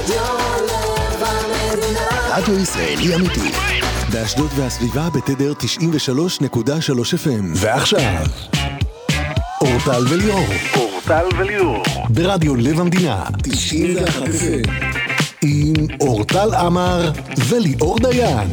רדיו ישראלי אמיתי. באשדוד והסביבה בתדר 93.3 FM. ועכשיו, אורטל וליאור. אורטל וליאור. ברדיו לב המדינה 91 FM. עם אורטל אמר וליאור דיין.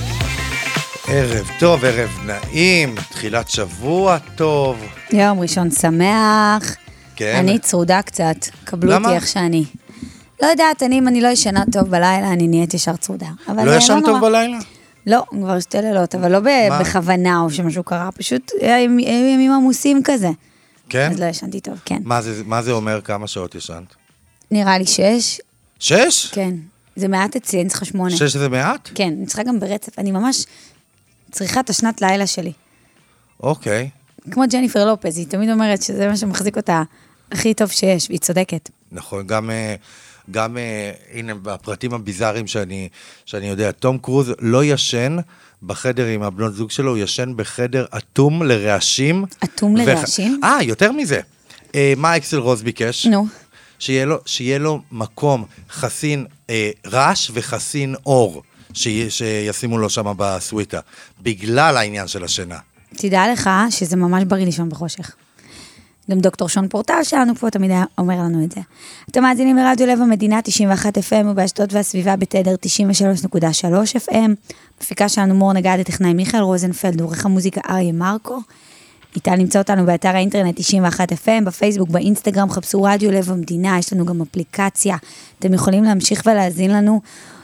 ערב טוב, ערב נעים, תחילת שבוע טוב. יום ראשון שמח. כן. אני צרודה קצת, קבלו למה? אותי איך שאני. לא יודעת, אם אני לא ישנה טוב בלילה, אני נהיית ישר צרודה. לא ישן טוב בלילה? לא, כבר 2 לילות, אבל לא בכוונה או שמשהו קרה, פשוט ימים עמוסים כזה. כן? אז לא ישנתי טוב, כן. מה זה אומר כמה שעות ישנת? נראה לי 6. 6? כן. זה מעט אצלי, אני צריכה 8. 6 זה מעט? כן, אני צריכה גם ברצף. אני ממש צריכה את השנת לילה שלי. אוקיי. כמו ג'ניפר לופז, היא תמיד אומרת שזה מה שמחזיק אותה הכי טוב שיש, והיא צודקת. נכון, גם הנה, בפרטים הביזאריים שאני יודע, תום קרוז לא ישן בחדר עם הבנות זוג שלו, הוא ישן בחדר אטום לרעשים. אטום לרעשים? יותר מזה. מה אקסל רוז ביקש? נו. שיהיה לו מקום חסין רעש וחסין אור, שישימו לו שם בסוויטה, בגלל העניין של השינה. תדע לך שזה ממש בריא לישון בחושך. גם דוקטור שון פורטל שלנו פה תמיד אומר לנו את זה. אתם מאזינים לרדיו לב המדינה 91 FM ובאשדוד והסביבה בתדר 93.3 FM. מפיקה שלנו מור נגד, הטכנאי מיכאל רוזנפלד, עורך המוזיקה אריה מרקו. ניתן למצוא אותנו באתר האינטרנט 91 FM, בפייסבוק, באינסטגרם, חפשו רדיו לב המדינה, יש לנו גם אפליקציה. אתם יכולים להמשיך ולהזין לנו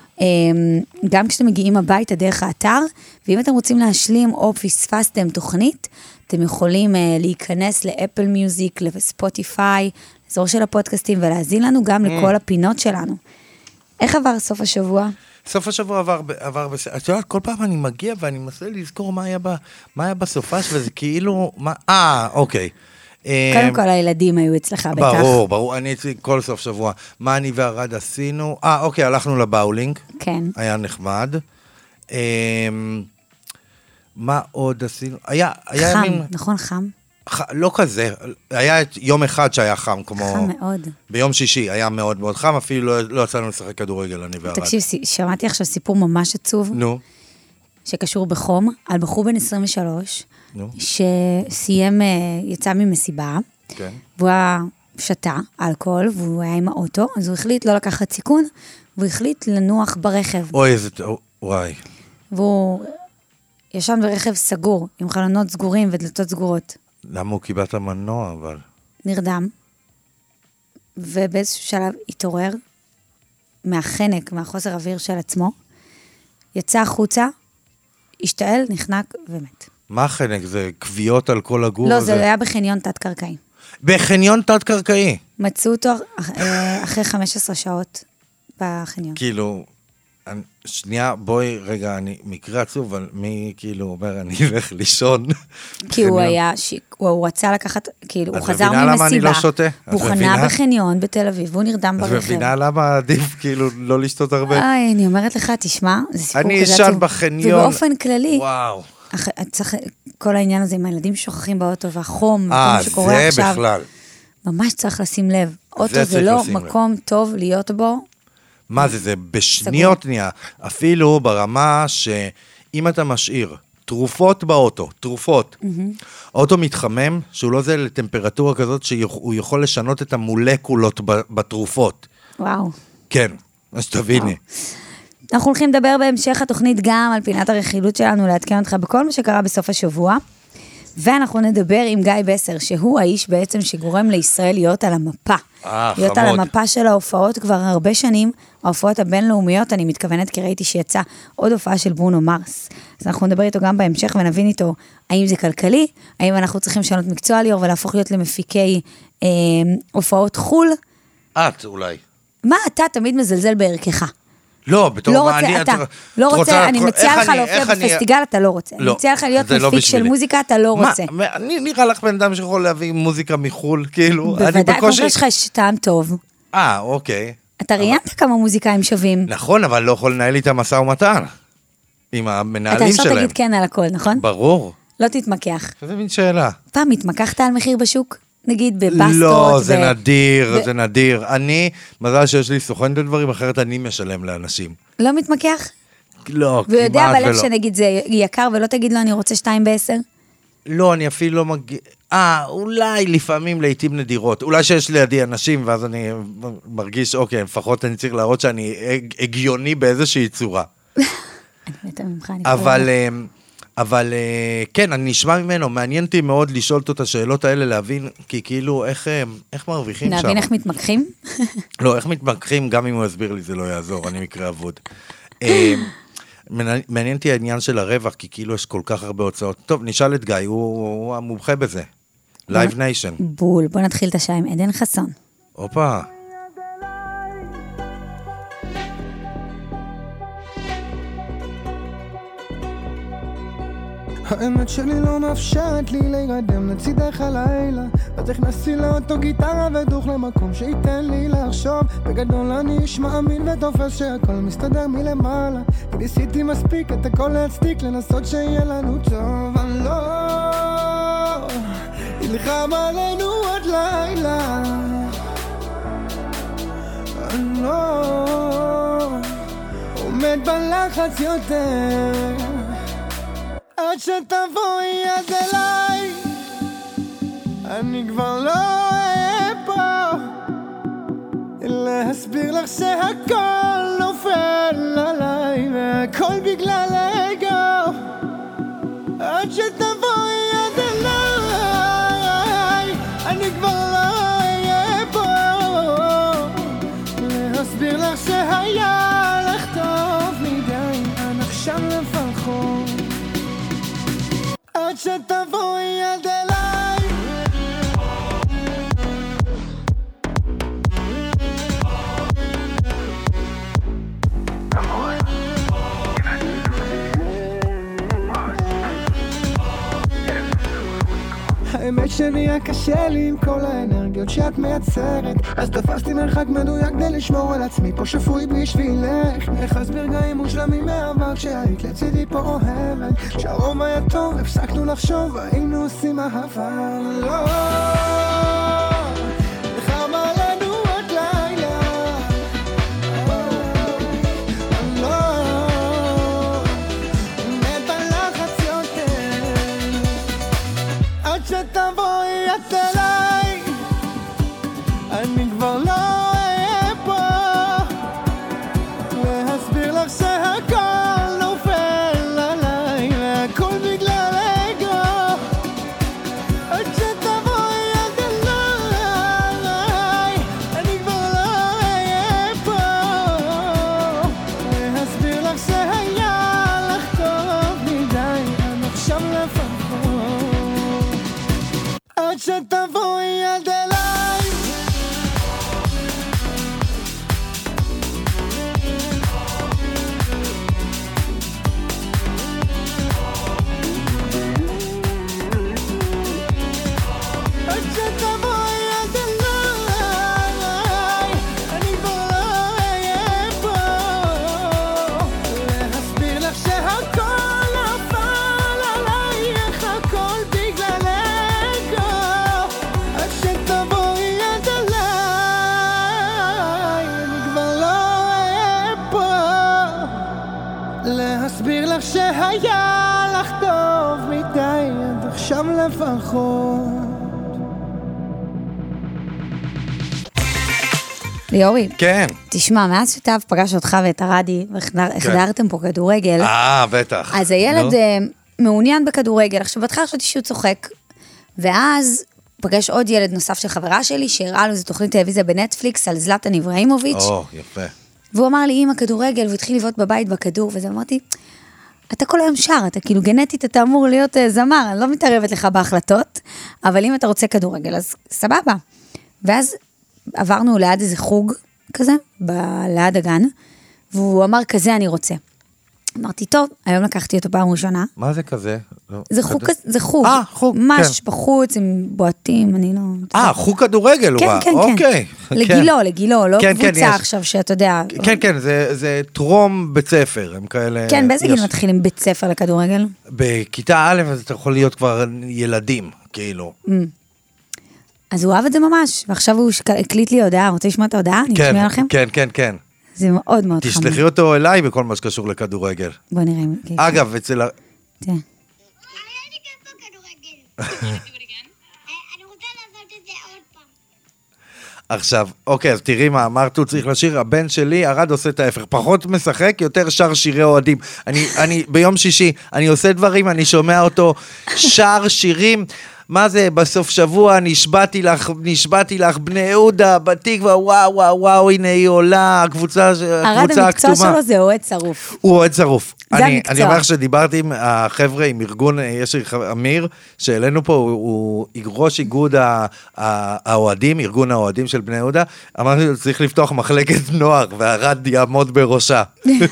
גם כשאתם מגיעים הביתה דרך האתר, ואם אתם רוצים להשלים או פספסתם תוכנית, אתם יכולים להיכנס לאפל מיוזיק, לספוטיפיי, לאזור של הפודקאסטים, ולהזין לנו גם לכל הפינות שלנו. איך עבר סוף השבוע? סוף השבוע עבר בסדר. את יודעת, כל פעם אני מגיע ואני מנסה לזכור מה היה בסופש, וזה כאילו, אוקיי. קודם כל הילדים היו אצלך בטח. ברור, אני אצלי כל סוף שבוע. מה אני והרד עשינו? אוקיי, הלכנו לבאולינג. כן. היה נחמד. מה עוד עשינו? היה חם, ימים... נכון חם? לא כזה, היה יום אחד שהיה חם, כמו... חם מאוד. ביום שישי היה מאוד מאוד חם, אפילו לא יצאנו לשחק כדורגל, אני והרד. תקשיב, שמעתי עכשיו סיפור ממש עצוב. נו. שקשור בחום, על בחור בן 23, שסיים, יצא ממסיבה, כן. והוא היה שתה אלכוהול, והוא היה עם האוטו, אז הוא החליט לא לקחת סיכון, והוא החליט לנוח ברכב. אוי, וואי. והוא ישן ברכב סגור, עם חלונות סגורים ודלתות סגורות. למה הוא קיבל את המנוע, אבל? נרדם, ובאיזשהו שלב התעורר, מהחנק, מהחוסר אוויר של עצמו, יצא החוצה, השתעל, נחנק ומת. מה חנק? זה קביעות על כל הגור? לא, זה היה בחניון תת-קרקעי. בחניון תת-קרקעי? מצאו אותו אחרי 15 שעות בחניון. כאילו, שנייה, בואי, רגע, מקרה עצוב, אבל מי כאילו אומר, אני אלך לישון? כי הוא רצה לקחת, כאילו, הוא חזר ממסיבה. אז מבינה למה אני לא שותה? הוא חנה בחניון בתל אביב, והוא נרדם ברכב. אז מבינה למה עדיף, כאילו, לא לשתות הרבה? אני אומרת לך, תשמע, זה סיפור כזה אני אשן בחניון. ובאופן כללי, וואו. צריך, כל העניין הזה עם הילדים שוכחים באוטו, והחום, וכל מה שקורה עכשיו. זה בכלל. ממש צריך לשים לב. אוטו זה לא מקום טוב להיות בו. מה זה בשניות נהיה. אפילו ברמה שאם אתה משאיר תרופות באוטו, אוטו מתחמם, שהוא לא זה לטמפרטורה כזאת, שהוא יכול לשנות את המולקולות בתרופות. וואו. כן, אז תביני. אנחנו הולכים לדבר בהמשך התוכנית גם על פינת הרכילות שלנו, לעדכן אותך בכל מה שקרה בסוף השבוע, ואנחנו נדבר עם גיא בסר, שהוא האיש בעצם שגורם לישראל להיות על המפה. להיות על המפה של ההופעות כבר הרבה שנים, ההופעות הבינלאומיות, אני מתכוונת כי ראיתי שיצא עוד הופעה של ברונו מרס. אז אנחנו נדבר איתו גם בהמשך ונבין איתו האם זה כלכלי, האם אנחנו צריכים לשנות מקצוע ליאור ולהפוך להיות למפיקי הופעות חול. את אולי. מה אתה תמיד מזלזל בערכך? לא, בתור לא רוצה, אתה לא רוצה, אני מציעה לך להופיע בפסטיגל, אתה לא רוצה. אני מציעה לך להיות מפיק של מוזיקה, אתה לא רוצה. אני נראה לך בן אדם שיכול להביא מוזיקה מחול, כאילו, בוודאי, כמו שיש לך טעם טוב. אוקיי. אתה ראיינת כמה מוזיקאים שווים. נכון, אבל לא יכול לנהל איתם משא ומתן. עם המנהלים שלהם. אתה ישר תגיד כן על הכל, נכון? ברור. לא תתמקח. זה מין שאלה. פעם התמקחת על מחיר בשוק? נגיד בבסטות. לא, זה נדיר, זה נדיר. אני, מזל שיש לי סוכן את הדברים, אחרת אני משלם לאנשים. לא מתמקח? לא, ויודע בלב שנגיד זה יקר, ולא תגיד לו אני רוצה 2 ב-10? לא, אני אפילו לא מגיע... אולי לפעמים לעתים נדירות. אולי שיש לידי אנשים, ואז אני מרגיש, אוקיי, לפחות אני צריך להראות שאני הגיוני באיזושהי צורה. אני מתה ממך, אני אבל כן, אני נשמע ממנו, מעניין אותי מאוד לשאול אותו את השאלות האלה, להבין, כי כאילו, איך מרוויחים שם? להבין איך מתמקחים? לא, איך מתמקחים, גם אם הוא יסביר לי, זה לא יעזור, אני מקרה אבוד. מעניין אותי העניין של הרווח, כי כאילו יש כל כך הרבה הוצאות. טוב, נשאל את גיא, הוא המומחה בזה. Live Nation. בול, בוא נתחיל את השעה עם עדן חסון. הופה. האמת שלי לא מאפשרת לי להירדם לצידך הלילה, אז הכנסתי לאוטו גיטרה ודוך למקום שייתן לי לחשוב. בגדול אני איש מאמין ותופס שהכל מסתדר מלמעלה, כי ניסיתי מספיק את הכל להצדיק, לנסות שיהיה לנו טוב. אני לא ילחם עלינו עוד לילה, אני לא עומד בלחץ יותר, עד שתבואי עד אליי, אני כבר לא אהיה פה להסביר לך שהכל נופל עליי, והכל בגלל האגו. עד שתבואי עד אליי, אני כבר לא אהיה פה להסביר לך שהיה לך טוב מדי, אני עכשיו לפחות. עד שתבואי עד אליי, האמת שנהיה קשה לי עם כל האנרגיות שאת מייצרת, אז תפסתי מרחק מדויק כדי לשמור על עצמי פה שפוי בשבילך. איך אסביר רגעים מושלמים מהעבר כשהיית לצידי פה אוהבת, כשהרוב היה טוב הפסקנו לחשוב היינו עושים אהבה. לא לחם עלינו עוד לילה, אני לא מת בלחץ יותר, עד שתבואי את אליי, אני כבר לא אהיה פה להסביר לך שהכל נופל עליי, והכל בגלל האגו. עד שתבואי את אליי, אני כבר לא אהיה פה להסביר לך שהיה לך טוב מדי, אני עכשיו לפחות. עד שתבואי עד אליי, עד שתבואי עד אליי, אני כבר לא אהיה פה להסביר לך שהכל נפל עלייך, הכל בגלל האגו. עד שתבואי עד אליי, אני כבר לא אהיה פה להסביר לך שהיה לך טוב מדי, עד עכשיו לפחות. ליאורי, כן. תשמע, מאז שטב פגש אותך ואת הרדי, והחדרתם פה כדורגל, בטח. אז הילד מעוניין בכדורגל. עכשיו, בהתחלה חשבתי שהוא צוחק, ואז פגש עוד ילד נוסף של חברה שלי, שהראה לו איזו תוכנית טלוויזיה בנטפליקס על זלטן איברהימוביץ'. יפה. והוא אמר לי, אמא, כדורגל, והוא התחיל לבעוט בבית בכדור, וזה אמרתי, אתה כל היום שר, אתה כאילו גנטית, אתה אמור להיות זמר, אני לא מתערבת לך בהחלטות, אבל אם אתה רוצה כדורגל, אז סבבה. ואז עברנו ליד איזה חוג כזה, ליד הגן, והוא אמר, כזה אני רוצה. אמרתי, טוב, היום לקחתי אותו פעם ראשונה. מה זה כזה? זה חוג, זה חוג. חוג, ממש כן. בחוץ, עם בועטים, אני לא... חוג כדורגל, כן, כן, אוקיי. כן. לגילו, לא כן, כן, קבוצה יש. עכשיו שאתה יודע. כן, זה טרום בית ספר, הם כאלה... כן, באיזה יש. גיל מתחילים בית ספר לכדורגל? בכיתה א', אז אתה יכול להיות כבר ילדים, כאילו. אז הוא אהב את זה ממש, ועכשיו הוא הקליט לי הודעה, רוצה לשמוע את ההודעה? אני אשמיע לכם? כן. זה מאוד מאוד חמור. תשלחי אותו אליי בכל מה שקשור לכדורגל. בוא נראה. אגב, אצל... תראה. עכשיו, אוקיי, אז תראי מה אמרת, הוא צריך לשיר, הבן שלי, ארד עושה את ההפך, פחות משחק, יותר שר שירי אוהדים. אני ביום שישי, אני עושה דברים, אני שומע אותו, שר שירים, מה זה, בסוף שבוע, נשבעתי לך, בני יהודה, בתקווה, וואו, הנה היא עולה, הקבוצה הכתומה. ארד, המקצוע שלו זה אוהד שרוף. הוא אוהד שרוף. זה המקצוע. אני אומר לך שדיברתי עם החבר'ה, עם ארגון, יש אמיר, שאלינו פה, הוא ראש איגוד האוהדים, ארגון האוהדים של בני יהודה, אמרתי, צריך לפתוח מחלקת נוער, והרד יעמוד בראשה.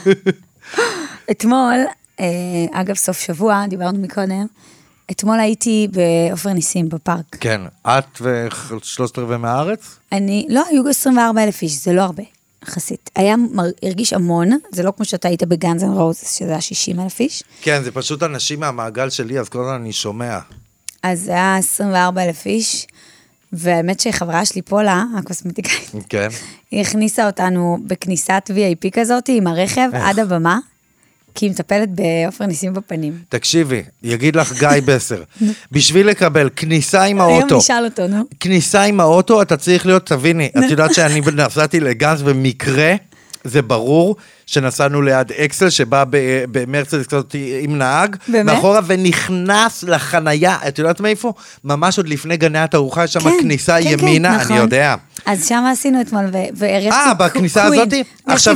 אתמול, אגב, סוף שבוע, דיברנו מקודם, אתמול הייתי באופר ניסים בפארק. כן, את ו3/4 מהארץ? לא, היו 24,000 איש, זה לא הרבה, יחסית. הרגיש המון, זה לא כמו שאתה היית בגאנז אנד רוזס, שזה היה 60,000 איש. כן, זה פשוט אנשים מהמעגל שלי, אז כל הזמן אני שומע. אז זה היה 24,000 איש, והאמת שחברה שלי פולה, הקוסמטיקאית, כן. היא הכניסה אותנו בכניסת VIP כזאת, עם הרכב עד הבמה, כי היא מטפלת באופר ניסים בפנים. תקשיבי, יגיד לך גיא בסר, בשביל לקבל כניסה עם האוטו, היום נשאל אותו, נו. כניסה עם האוטו, אתה צריך להיות, תביני, את יודעת שאני נסעתי לגנץ במקרה, זה ברור, שנסענו ליד אקסל, שבא במרצדס כזאת עם נהג, מאחורה, ונכנס לחנייה, את יודעת מאיפה? ממש עוד לפני גני התערוכה, יש שם כניסה ימינה, אני יודע. אז שם עשינו אתמול, והרצתי בכניסה הזאת? עכשיו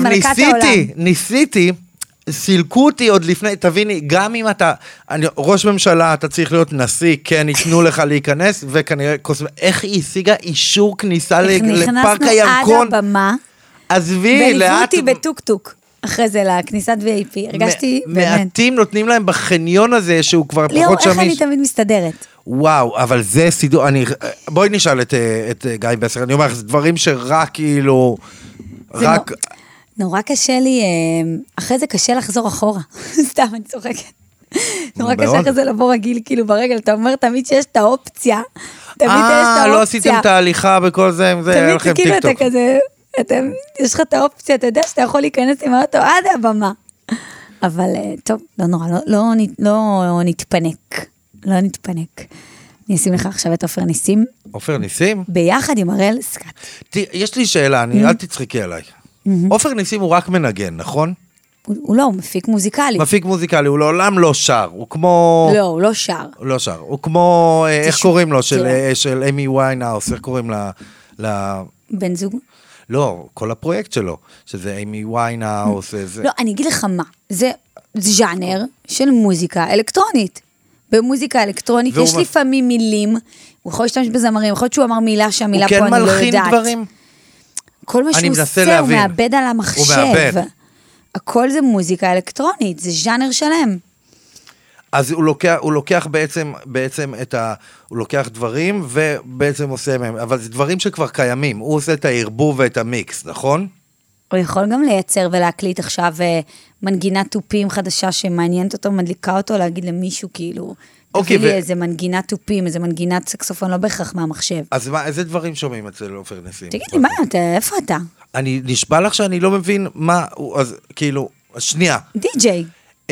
ניסיתי, סילקו אותי עוד לפני, תביני, גם אם אתה, ראש ממשלה, אתה צריך להיות נשיא, כן, ייתנו לך להיכנס, וכנראה, איך היא השיגה אישור כניסה לפארק הירקון? נכנסנו עד הבמה, עזבי, וליוו אותי בטוק-טוק, אחרי זה לכניסת VIP, הרגשתי באמת. מעטים נותנים להם בחניון הזה, שהוא כבר פחות שמיש. איך אני תמיד מסתדרת. וואו, אבל זה סידור, בואי נשאל את גיא בסר, אני אומר לך, זה דברים שרק כאילו, רק... נורא קשה לי, אחרי זה קשה לחזור אחורה, סתם אני צוחקת. נורא קשה אחרי זה לבוא רגיל, כאילו ברגל, אתה אומר תמיד שיש את האופציה, תמיד יש את האופציה. לא עשיתם את ההליכה בכל זה, זה היה לכם תמיד, כאילו טיקטוק. אתה כזה, יש לך את האופציה, אתה יודע שאתה יכול להיכנס עם האוטו עד הבמה. אבל טוב, לא נורא, לא נתפנק, לא נתפנק. אני אשים לך עכשיו את אופר ניסים. אופר ניסים? ביחד עם הראל סקאט. יש לי שאלה, אל תצחקי עליי. אופר ניסים הוא רק מנגן, נכון? הוא לא, הוא מפיק מוזיקלי. מפיק מוזיקלי, הוא לעולם לא שר, הוא כמו... לא, הוא לא שר. הוא לא שר, הוא כמו, איך קוראים לו, של אמי ויינהאוס, איך קוראים לה... בן זוג? לא, כל הפרויקט שלו, שזה אמי ויינהאוס, לא, אני אגיד לך מה, זה ז'אנר של מוזיקה אלקטרונית. במוזיקה אלקטרונית יש לפעמים מילים, הוא יכול להשתמש בזמרים, יכול להיות שהוא אמר מילה שהמילה פה אני לא יודעת. הוא כן מלחין דברים? כל מה שהוא עושה, הוא מאבד על המחשב. הכל זה מוזיקה אלקטרונית, זה ז'אנר שלם. אז הוא לוקח בעצם הוא לוקח דברים ובעצם עושה מהם, אבל זה דברים שכבר קיימים, הוא עושה את הערבוב ואת המיקס, נכון? הוא יכול גם לייצר ולהקליט עכשיו מנגינת טופים חדשה שמעניינת אותו, מדליקה אותו, להגיד למישהו כאילו, תביא לי איזה מנגינת טופים, איזה מנגינת סקסופון, לא בהכרח מהמחשב. אז איזה דברים שומעים אצל אופר ניסים? תגיד לי, מה, איפה אתה? אני נשבע לך שאני לא מבין מה, אז כאילו, שנייה. די-ג'יי.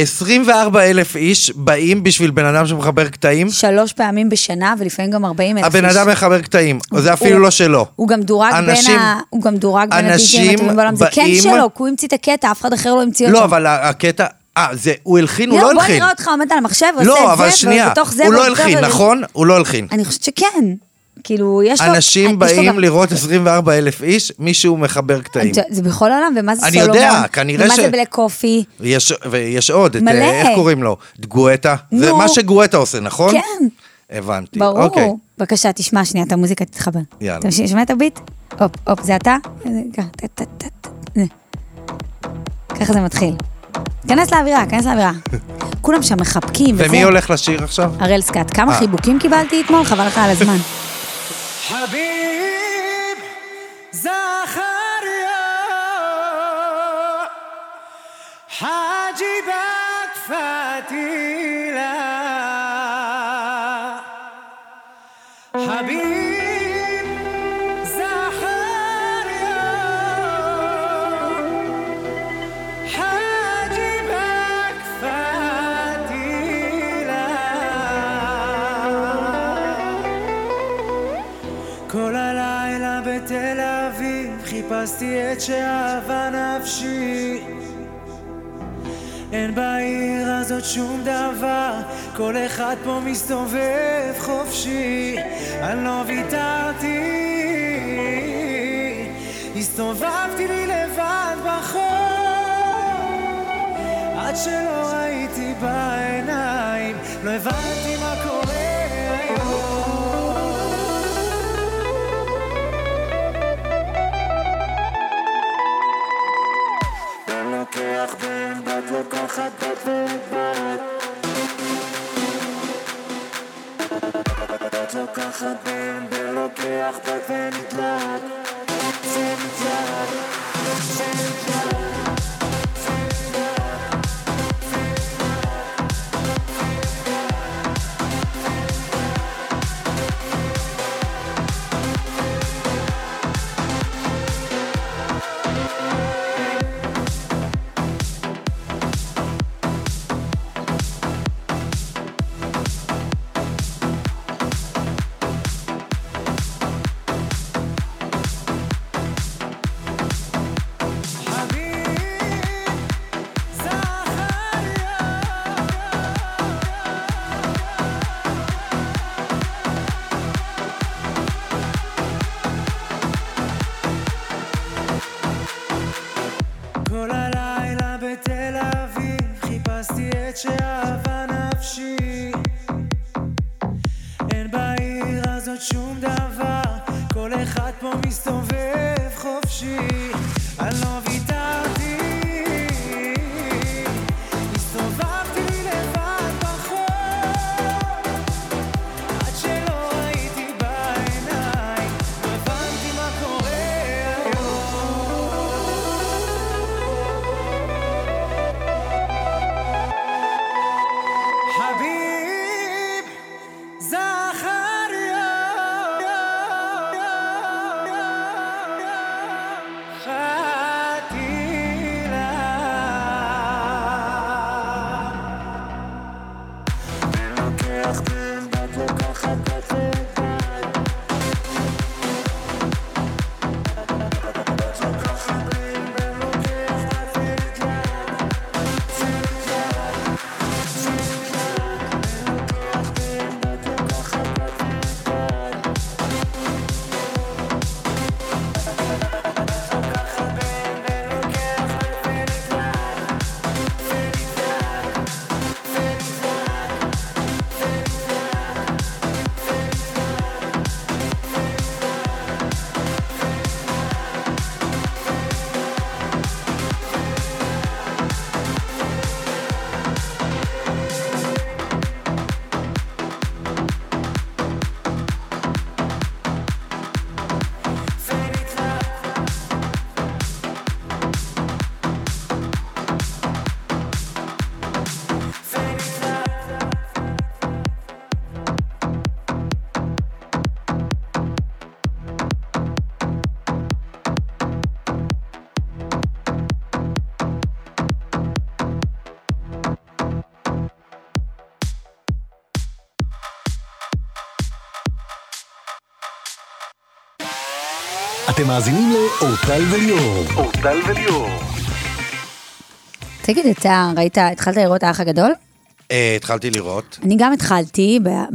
24,000 איש באים בשביל בן אדם שמחבר קטעים. 3 פעמים בשנה, ולפעמים גם 40,000 איש. הבן אדם מחבר קטעים, זה אפילו לא שלו. הוא גם דורג בין הדי-ג'יים הטובים בעולם. זה כן שלו, כי הוא המציא את הקטע, אף אחד אחר לא המציא אותו. לא, אבל הקטע... הוא הלחין, הוא לא הלחין. בוא נראה אותך עומד על המחשב, עושה את זה, לא, אבל שנייה, הוא לא הלחין, נכון? הוא לא הלחין. אני חושבת שכן. כאילו, יש לו... אנשים באים לראות 24,000 איש, מישהו מחבר קטעים. זה בכל העולם, ומה זה סולומון? אני יודע, כנראה ומה זה בלק קופי? ויש עוד, איך קוראים לו? גואטה? זה מה שגואטה עושה, נכון? כן. הבנתי. ברור. בבקשה, תשמע שנייה, את המוזיקה תתחבר. יאללה. אתה שומע את הביט? הופ, זה אתה? ככה זה מתחיל. כנס לאווירה. כולם שם מחבקים. ומי הולך לשיר עכשיו? הראל סקאט. כמה חיבוקים קיבלתי אתמול? חבל לך על הזמן. חביב זכריה חג'יבת פתילה חביב חיפשתי את שאהבה נפשי, אין בעיר הזאת שום דבר, כל אחד פה מסתובב חופשי, אני לא ויתרתי, הסתובבתי לי לבד בחור, עד שלא ראיתי בעיניים, לא הבנתי מה קורה היום. בן לוקח בן, בת לוקחת בת ובת, בת לוקחת בן, בן לוקח בת ונתלק, זה נתלק, זה נתלק. אתם מאזינים לאורטל וליאור. אורטל וליאור. תגיד, אתה ראית, התחלת לראות האח הגדול? התחלתי לראות. אני גם התחלתי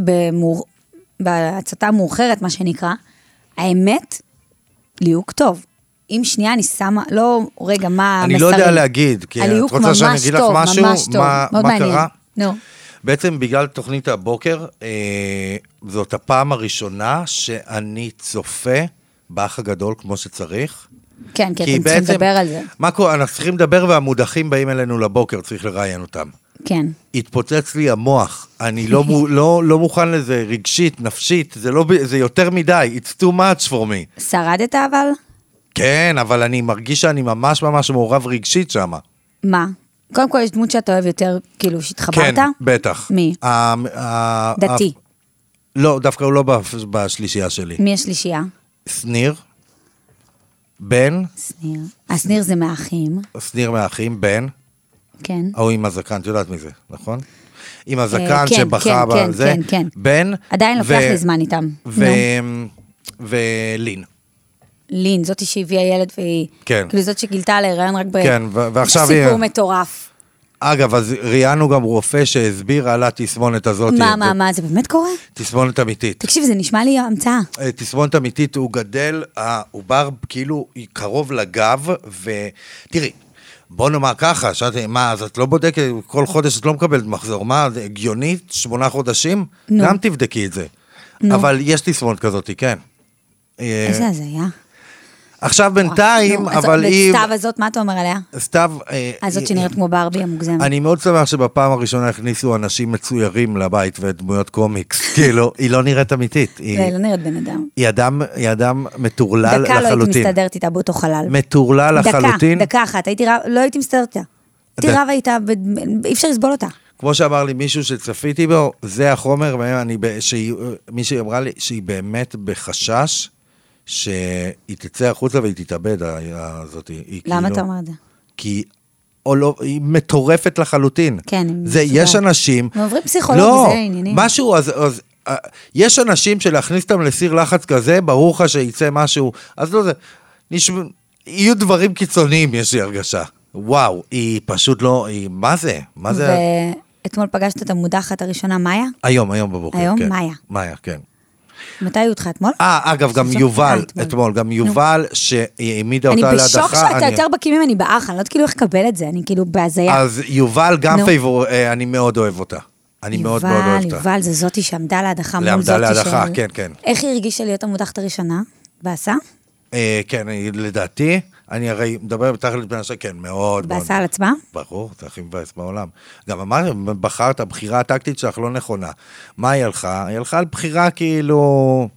בהצתה מאוחרת, מה שנקרא. האמת, ליהוק טוב. אם שנייה אני שמה, לא, רגע, מה אני לא יודע להגיד, כי את רוצה שאני אגיד לך משהו? מה קרה? נו. בעצם בגלל תוכנית הבוקר, זאת הפעם הראשונה שאני צופה באח הגדול כמו שצריך. כן, כי אתם צריכים לדבר על זה. מה קורה? אנחנו צריכים לדבר והמודחים באים אלינו לבוקר, צריך לראיין אותם. כן. התפוצץ לי המוח, אני לא מוכן לזה רגשית, נפשית, זה יותר מדי, it's too much for me. שרדת אבל? כן, אבל אני מרגיש שאני ממש ממש מעורב רגשית שם. מה? קודם כל יש דמות שאתה אוהב יותר, כאילו שהתחברת? כן, בטח. מי? דתי. לא, דווקא הוא לא בשלישייה שלי. מי השלישייה? שניר, בן. שניר. שניר זה מהאחים. שניר מהאחים, בן. כן. או עם הזקן, את יודעת מי זה, נכון? עם הזקן שבחה בזה. כן. בן. עדיין לוקח לי זמן איתם. ולין. לין, זאת שהביאה ילד, והיא, כן. כאילו זאת שגילתה על ההיריון רק כן, ועכשיו סיפור מטורף. אגב, אז ראיינו גם רופא שהסביר על התסמונת הזאת. מה, זה באמת קורה? תסמונת אמיתית. תקשיב, זה נשמע לי המצאה. תסמונת אמיתית, הוא גדל, העובר כאילו קרוב לגב, ותראי, בוא נאמר ככה, שאלתי, מה, אז את לא בודקת, כל חודש את לא מקבלת מחזור, מה, זה הגיונית, 8 חודשים? גם תבדקי את זה. אבל יש תסמונת כזאת, כן. איזה הזיה. עכשיו בינתיים, אבל אם... בסתיו הזאת, מה אתה אומר עליה? סתיו... הזאת שנראית כמו ברבי המוגזמת. אני מאוד שמח שבפעם הראשונה הכניסו אנשים מצוירים לבית ודמויות קומיקס. כאילו, היא לא נראית אמיתית. היא לא נראית בן אדם. היא אדם מטורלל לחלוטין. דקה לא הייתי מסתדרת איתה באותו חלל. מטורלל לחלוטין. דקה אחת, לא הייתי מסתדרת איתה. הייתי רבה איתה, אי אפשר לסבול אותה. כמו שאמר לי מישהו שצפיתי בו, זה החומר, מישהי אמרה לי שהיא באמת בחשש, שהיא תצא החוצה והיא תתאבד, הזאת. למה אתה אומר את זה? כי היא מטורפת לחלוטין. כן. יש אנשים... מעוברים פסיכולוג, זה עניינים. משהו, אז יש אנשים שלהכניס אותם לסיר לחץ כזה, ברור לך שיצא משהו, אז לא זה, יהיו דברים קיצוניים, יש לי הרגשה. וואו, היא פשוט לא, מה זה? מה זה? ואתמול פגשת את המודחת הראשונה, מאיה? היום בבוקר. היום, מאיה. מאיה, כן. מתי היו אותך אתמול? אגב, גם יובל, אתמול, גם יובל שהעמידה אותה להדחה. אני בשוק שאתה יותר בקיא ממני באח, אני לא יודעת כאילו איך לקבל את זה, אני כאילו בהזיה. אז יובל גם פייבור, אני מאוד אוהב אותה. אני מאוד מאוד אוהב אותה. יובל, זה זאתי שעמדה להדחה מול זאתי לעמדה להדחה, כן, כן. איך היא הרגישה להיות המודחת הראשונה? בעשה? כן, לדעתי, אני הרי מדבר בתחת לבן השם, כן, מאוד. בעשה על עצמה? ברור, זה הכי מבאס בעולם. גם אמר, בחרת, הבחירה הטקטית שלך לא נכונה. מה היא הלכה? היא הלכה על בחירה כאילו...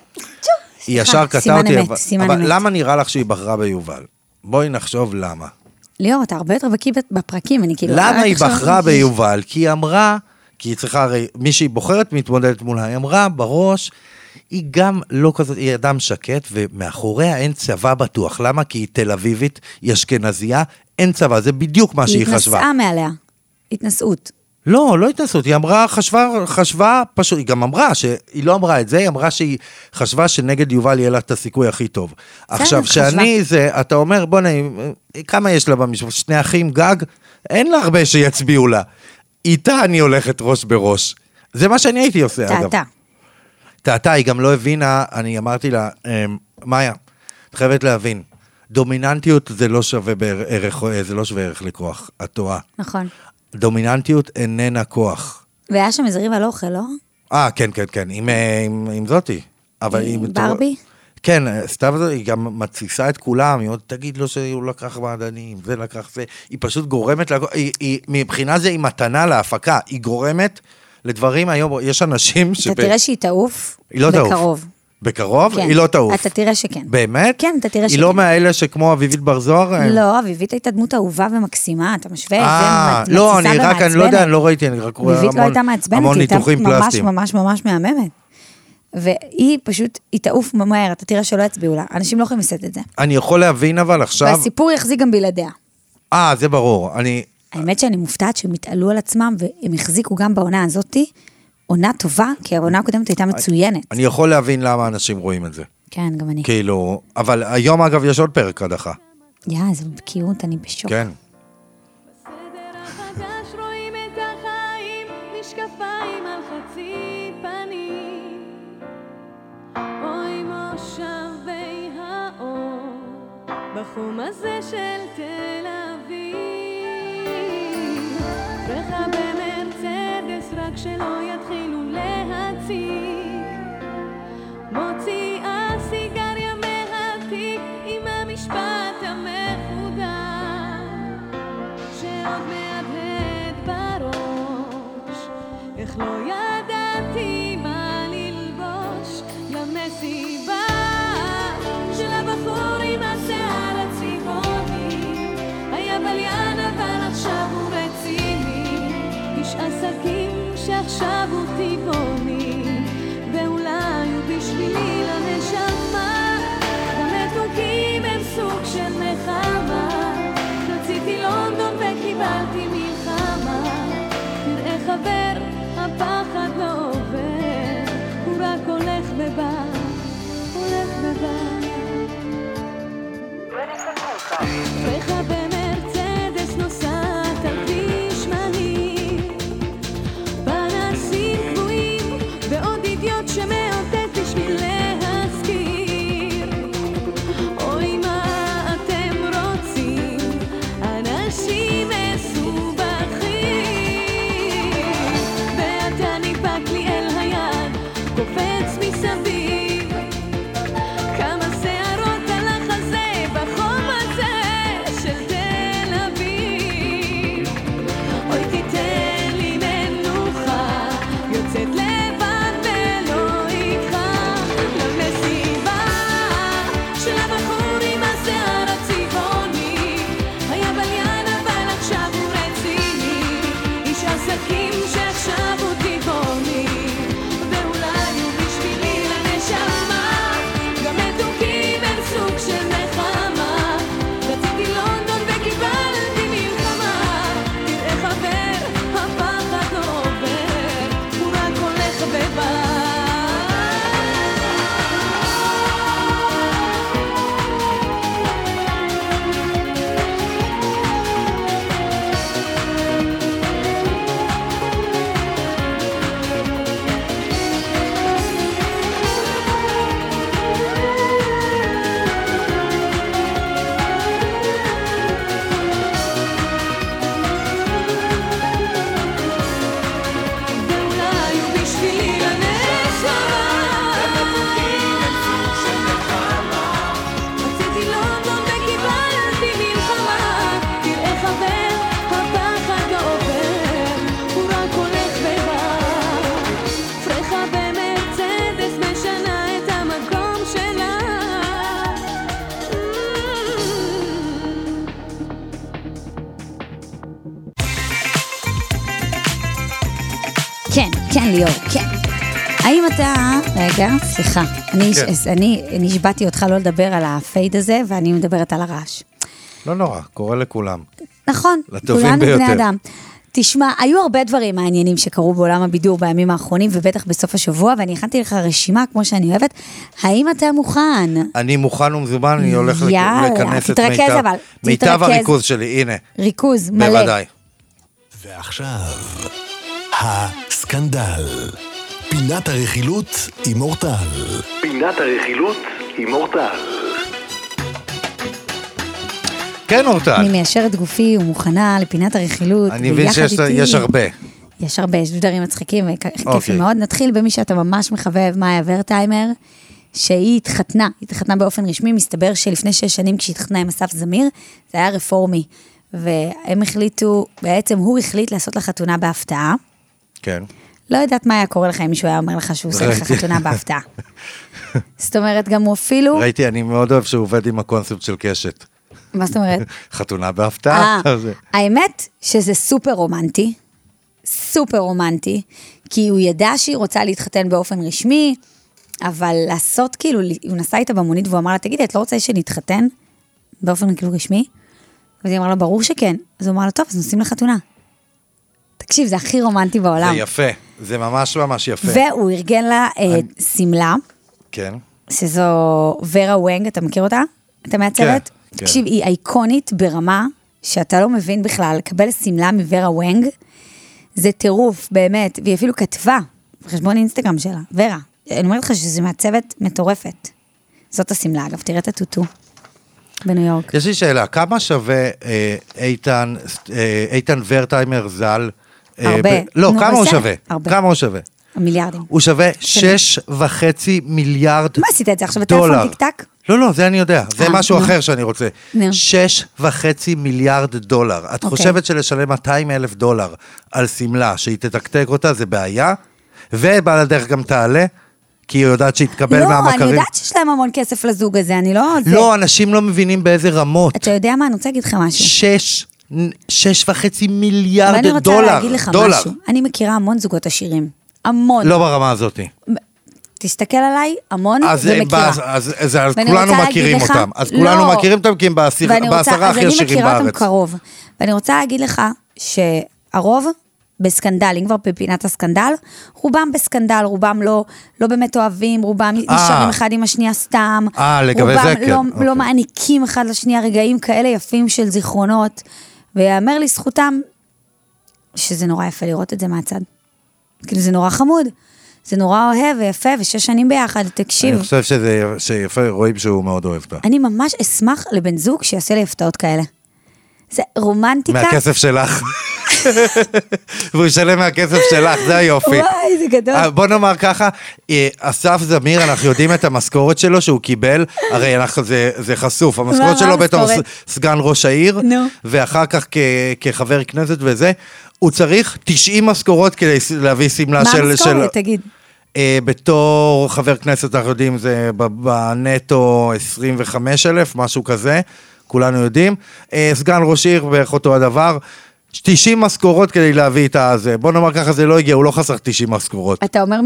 היא ישר קטע אותי, אבל למה נראה לך שהיא בחרה ביובל? בואי נחשוב למה. ליאור, אתה הרבה יותר בקיא בפרקים, אני כאילו... למה היא בחרה ביובל? כי היא אמרה, כי היא צריכה, הרי מי שהיא בוחרת מתמודדת מולה, היא אמרה בראש, היא גם לא כזאת, היא אדם שקט, ומאחוריה אין צבא בטוח. למה? כי היא תל אביבית, היא אשכנזייה, אין צבא, זה בדיוק מה שהיא חשבה. היא התנסעה מעליה, התנסעות. לא התנסות, היא אמרה, חשבה פשוט, היא גם אמרה, שהיא לא אמרה את זה, היא אמרה שהיא חשבה שנגד יובל יהיה לה את הסיכוי הכי טוב. עכשיו, שאני זה, אתה אומר, בוא כמה יש לה במשפט? 2 אחים גג? אין לה הרבה שיצביעו לה. איתה אני הולכת ראש בראש. זה מה שאני הייתי עושה, אגב. תעתה, היא גם לא הבינה, אני אמרתי לה, מאיה, את חייבת להבין, דומיננטיות זה לא שווה בערך, זה לא שווה ערך לכוח, את טועה. נכון. דומיננטיות איננה כוח. והיה שם איזה ריב על אוכל, לא? כן, עם זאתי. עם ברבי? כן, סתיו הזאת, היא גם מציסה את כולם, היא עוד תגיד לו שהוא לקח מעדנים, זה לקח זה, היא פשוט גורמת, מבחינה זה היא מתנה להפקה, היא גורמת לדברים היום, יש אנשים אתה תראה שהיא תעוף בקרוב. בקרוב? היא לא תעוף. אתה תראה שכן. באמת? כן, אתה תראה שכן. היא לא מהאלה שכמו אביבית בר זוהר? לא, אביבית הייתה דמות אהובה ומקסימה, אתה משווה את זה, לא, אני רק, אני לא יודע, אני לא ראיתי, אני רק רואה המון ניתוחים פלסטיים. ממש מהממת. והיא פשוט, היא תעוף מהר, אתה תראה שלא יצביעו לה, אנשים לא יכולים לשאת את זה. אני יכול להבין אבל עכשיו... והסיפור יחזיק גם בלעדיה. זה ברור, האמת שאני מופתעת שהם התעלו על עצמם, והם החזיקו גם בעונה הזאת, עונה טובה, כי העונה הקודמת הייתה מצוינת. אני יכול להבין למה אנשים רואים את זה. כן, גם אני. כאילו, אבל היום אגב יש עוד פרק הדחה. זה בקיאות, אני בשוק. כן. בחום הזה של תל אביב רחה במרצדס רק שלא יתחילו להציג מוציאה סיגריה מהתיק עם המשפט המחודש שעוד מהדהד בראש איך לא ידעתי מה ללבוש למסיבה של הבחור עם השיער הצבעוני היה בליין אבל עכשיו הוא רציני איש עסקים שעכשיו הוא טבעוני ואולי הוא בשבילי לנשמה המתוקים הם סוג של נחמה רציתי לונדון וקיבלתי מלחמה תראה חבר הפחד לא עובר הוא רק הולך ובא הולך ובא כן, כן, ליאור, כן. האם אתה, רגע, סליחה, אני נשבעתי אותך לא לדבר על הפייד הזה, ואני מדברת על הרעש. לא נורא, קורה לכולם. נכון, כולנו בני אדם. תשמע, היו הרבה דברים מעניינים שקרו בעולם הבידור בימים האחרונים, ובטח בסוף השבוע, ואני הכנתי לך רשימה כמו שאני אוהבת. האם אתה מוכן? אני מוכן ומזומן, אני הולך לכנס את מיטב הריכוז שלי, הנה. ריכוז מלא. בוודאי. ועכשיו, הסקנדל. פינת הרכילות עם אורטל. פינת הרכילות עם אורטל. כן, אורטל. אני מיישרת גופי ומוכנה לפינת הרכילות. אני מבין שיש הרבה. יש הרבה, יש דברים מצחיקים וכיפים מאוד. נתחיל במי שאתה ממש מחבב, מאיה ורטהיימר, שהיא התחתנה באופן רשמי, מסתבר שלפני 6 שנים כשהיא התחתנה עם אסף זמיר, זה היה רפורמי, והם החליטו, בעצם הוא החליט לעשות לה חתונה בהפתעה. כן. לא יודעת מה היה קורה לך אם מישהו היה אומר לך שהוא עושה לך חתונה בהפתעה. זאת אומרת, גם הוא אפילו... ראיתי, אני מאוד אוהב שהוא עובד עם הקונספט של קשת. מה זאת אומרת? חתונה בהפתעה. האמת שזה סופר רומנטי, כי הוא ידע שהיא רוצה להתחתן באופן רשמי, אבל לעשות כאילו, הוא נסע איתה במונית והוא אמר לה, תגידי, את לא רוצה שנתחתן באופן כאילו רשמי? אז היא אמרה לו, ברור שכן. אז הוא אמר לו, טוב, אז נוסעים לחתונה. תקשיב, זה הכי רומנטי בעולם. זה יפה, זה ממש ממש יפה. והוא ארגן לה סמלה. כן. שזו ורה וונג, אתה מכיר אותה? אתה מעצבת? כן. תקשיב, היא אייקונית ברמה שאתה לא מבין בכלל, לקבל סמלה מורה וונג, זה טירוף, באמת, והיא אפילו כתבה בחשבון אינסטגרם שלה, ורה. אני אומרת לך שזה מעצבת מטורפת. זאת הסמלה, אגב, תראה את הטוטו בניו יורק. יש לי שאלה, כמה שווה איתן ורטהיימר ז"ל? הרבה. לא, כמה הוא שווה? הרבה. כמה הוא שווה? מיליארדים. הוא שווה 6.5 מיליארד דולר. מה עשית את זה עכשיו בטלפון טיק-טק? לא, זה אני יודע. זה משהו אחר שאני רוצה. 6.5 מיליארד דולר. את חושבת שלשלם $200,000 על סמלה, שהיא תתקתק אותה, זה בעיה? ובעל הדרך גם תעלה? כי היא יודעת שהתקבל מהמכרים. לא, אני יודעת שיש להם המון כסף לזוג הזה, אני לא... לא, אנשים לא מבינים באיזה רמות. אתה יודע מה? אני רוצה להגיד לך משהו. 6.5 מיליארד דולר. ואני רוצה להגיד לך משהו. אני מכירה המון זוגות עשירים. המון. לא ברמה הזאת. תסתכל עליי, המון ומכירה. אז כולנו מכירים אותם. אז כולנו מכירים אותם כי הם בעשרה הכי עשירים בארץ. אז אני מכירה אותם קרוב. ואני רוצה להגיד לך שהרוב בסקנדל, אם כבר בפינת הסקנדל, רובם בסקנדל, רובם לא באמת אוהבים, רובם נשארים אחד עם השנייה סתם. לגבי זה כן. רובם לא מעניקים אחד לשנייה רגעים כאלה יפים של זיכרונות. ויאמר לי זכותם שזה נורא יפה לראות את זה מהצד. כאילו זה נורא חמוד. זה נורא אוהב ויפה, ו6 שנים ביחד, תקשיב. אני חושב שיפה, רואים שהוא מאוד אוהב אותה. אני ממש אשמח לבן זוג שיעשה לי הפתעות כאלה. זה רומנטיקה. מהכסף שלך. והוא ישלם מהכסף שלך, זה היופי. וואי, זה גדול. בוא נאמר ככה, אסף זמיר, אנחנו יודעים את המשכורת שלו שהוא קיבל, הרי זה חשוף, המשכורת שלו בתור סגן ראש העיר, ואחר כך כחבר כנסת וזה, הוא צריך 90 משכורות כדי להביא סמלה של... מה המשכורת, תגיד? בתור חבר כנסת, אנחנו יודעים, זה בנטו 25,000, משהו כזה, כולנו יודעים. סגן ראש עיר בערך אותו הדבר, 90 משכורות כדי להביא את הזה. בוא נאמר ככה, זה לא הגיע, הוא לא חסך 90 משכורות. אתה אומר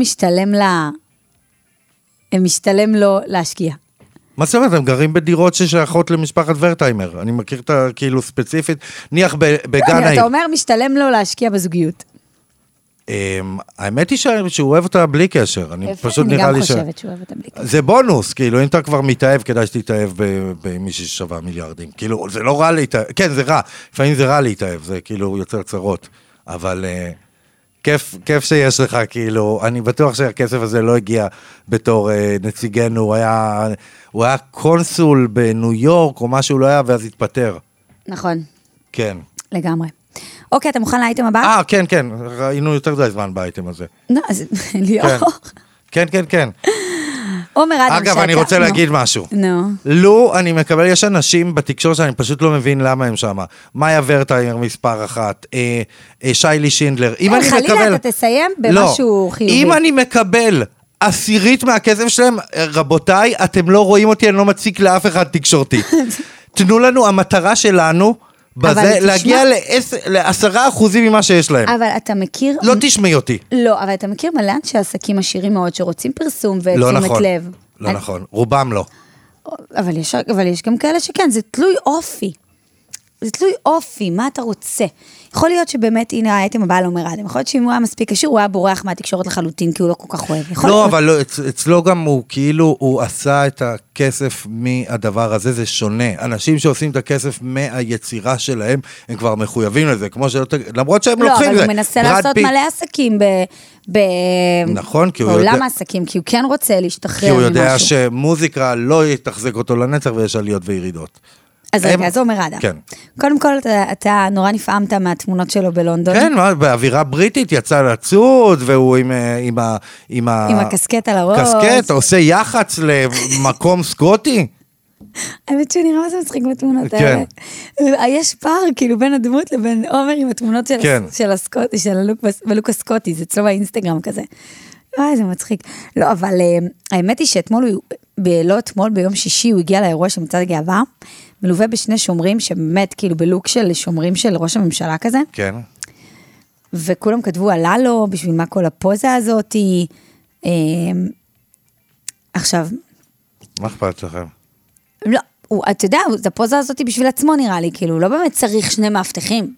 משתלם לו להשקיע. מה זאת אומרת? הם גרים בדירות ששייכות למשפחת ורטהיימר. אני מכיר את כאילו ספציפית. ניח בגן העיר. אתה אומר משתלם לו להשקיע בזוגיות. האמת היא שהוא אוהב אותה בלי קשר. אני פשוט נראה לי אני גם חושבת שהוא אוהב אותה בלי קשר. זה בונוס, כאילו, אם אתה כבר מתאהב, כדאי שתתאהב במישהי ששווה מיליארדים. כאילו, זה לא רע להתאהב. כן, זה רע. לפעמים זה רע להתאהב, זה כאילו יוצר צרות. אבל כיף שיש לך, כאילו, אני בטוח שהכסף הזה לא הגיע בתור נציגנו, הוא היה קונסול בניו יורק, או משהו לא היה, ואז התפטר. נכון. כן. לגמרי. אוקיי, אתה מוכן לאייטם הבא? כן, ראינו יותר די זמן באייטם הזה. לא, אז ליאור. כן. עומר אדם אגב, אני רוצה להגיד משהו. לו, אני מקבל, יש אנשים בתקשורת שאני פשוט לא מבין למה הם שם. מאיה ורטהיימר מספר 1, שיילי שינדלר. חלילה, אתה תסיים במשהו חיובי. אם אני מקבל 10% מהכסף שלהם, רבותיי, אתם לא רואים אותי, אני לא מציק לאף אחד תקשורתי. תנו לנו, המטרה שלנו, בזה, להגיע ל10% ממה שיש להם. אבל אתה מכיר... לא תשמעי אותי. לא, אבל אתה מכיר מלא אנשי עסקים עשירים מאוד, שרוצים פרסום ותשומת לב. לא נכון, רובם לא. אבל יש גם כאלה שכן, זה תלוי אופי. זה תלוי אופי, מה אתה רוצה. יכול להיות שבאמת, הנה, הייתם הבעל אומר אדם, יכול להיות שאם הוא היה מספיק קשור, הוא היה בורח מהתקשורת לחלוטין, כי הוא לא כל כך אוהב. לא, אבל אצלו גם הוא, כאילו, הוא עשה את הכסף מהדבר הזה, זה שונה. אנשים שעושים את הכסף מהיצירה שלהם, הם כבר מחויבים לזה, כמו שלא, למרות שהם לוקחים זה. זה. לא, אבל הוא מנסה לעשות מלא עסקים נכון, כי הוא בעולם העסקים, כי הוא כן רוצה להשתחרר ממשהו. כי הוא יודע ממשהו. שמוזיקה לא יתחזק אותו לנצח, ויש עליות וירידות. אז רגע, אז אומר אדם. כן. קודם כל, אתה נורא נפעמת מהתמונות שלו בלונדון. כן, באווירה בריטית יצא לצוד, והוא עם הקסקט על הראש. קסקט, עושה יח"צ למקום סקוטי. האמת שהוא נראה מה זה מצחיק בתמונות האלה. יש פער, כאילו, בין הדמות לבין עומר עם התמונות של הסקוטי, של הלוק הסקוטי, זה אצלו באינסטגרם כזה. וואי, זה מצחיק. לא, אבל האמת היא שאתמול, לא אתמול, ביום שישי, הוא הגיע לאירוע של מצעד הגאווה, מלווה בשני שומרים, שבאמת, כאילו, בלוק של שומרים של ראש הממשלה כזה. כן. וכולם כתבו עלה לו, בשביל מה כל הפוזה הזאת. עכשיו... מה אכפת לכם? לא, אתה יודע, הפוזה הזאת בשביל עצמו נראה לי, כאילו, לא באמת צריך שני מאבטחים.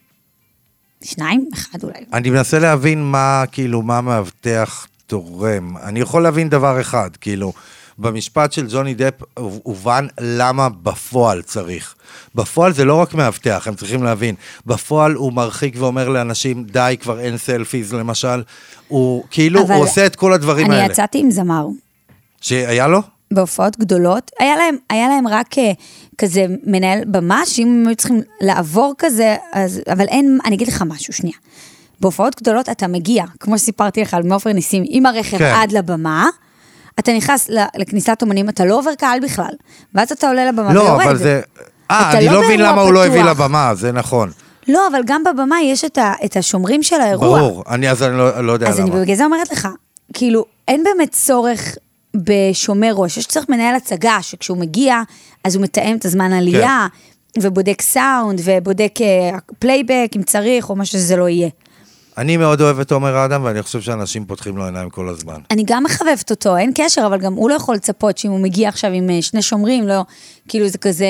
2? 1 אולי. אני מנסה להבין מה, כאילו, מה מאבטח תורם. אני יכול להבין דבר אחד, כאילו, במשפט של ג'וני דפ הובן למה בפועל צריך. בפועל זה לא רק מאבטח, הם צריכים להבין. בפועל הוא מרחיק ואומר לאנשים, די, כבר אין סלפיז למשל. הוא כאילו, הוא עושה את כל הדברים האלה. אני יצאתי עם זמר. שהיה לו? בהופעות גדולות. היה להם רק כזה מנהל במה, שאם הם היו צריכים לעבור כזה, אבל אין, אני אגיד לך משהו, שנייה. בהופעות גדולות אתה מגיע, כמו שסיפרתי לך על מעופר ניסים, עם הרכב עד לבמה, אתה נכנס לכניסת אומנים, אתה לא עובר קהל בכלל, ואז אתה עולה לבמה ויורד. לא, אבל זה... אני לא מבין למה הוא לא הביא לבמה, זה נכון. לא, אבל גם בבמה יש את השומרים של האירוע. ברור, אז אני לא יודע למה. אז אני בגלל זה אומרת לך, כאילו, אין באמת צורך בשומר ראש, יש צריך מנהל הצגה, שכשהוא מגיע, אז הוא מתאם את הזמן עלייה, ובודק סאונד, ובודק פלייבק, אם צריך, או מה שזה לא יהיה. אני מאוד אוהב את עומר אדם, ואני חושב שאנשים פותחים לו עיניים כל הזמן. אני גם מחבבת אותו, אין קשר, אבל גם הוא לא יכול לצפות שאם הוא מגיע עכשיו עם שני שומרים, לא, כאילו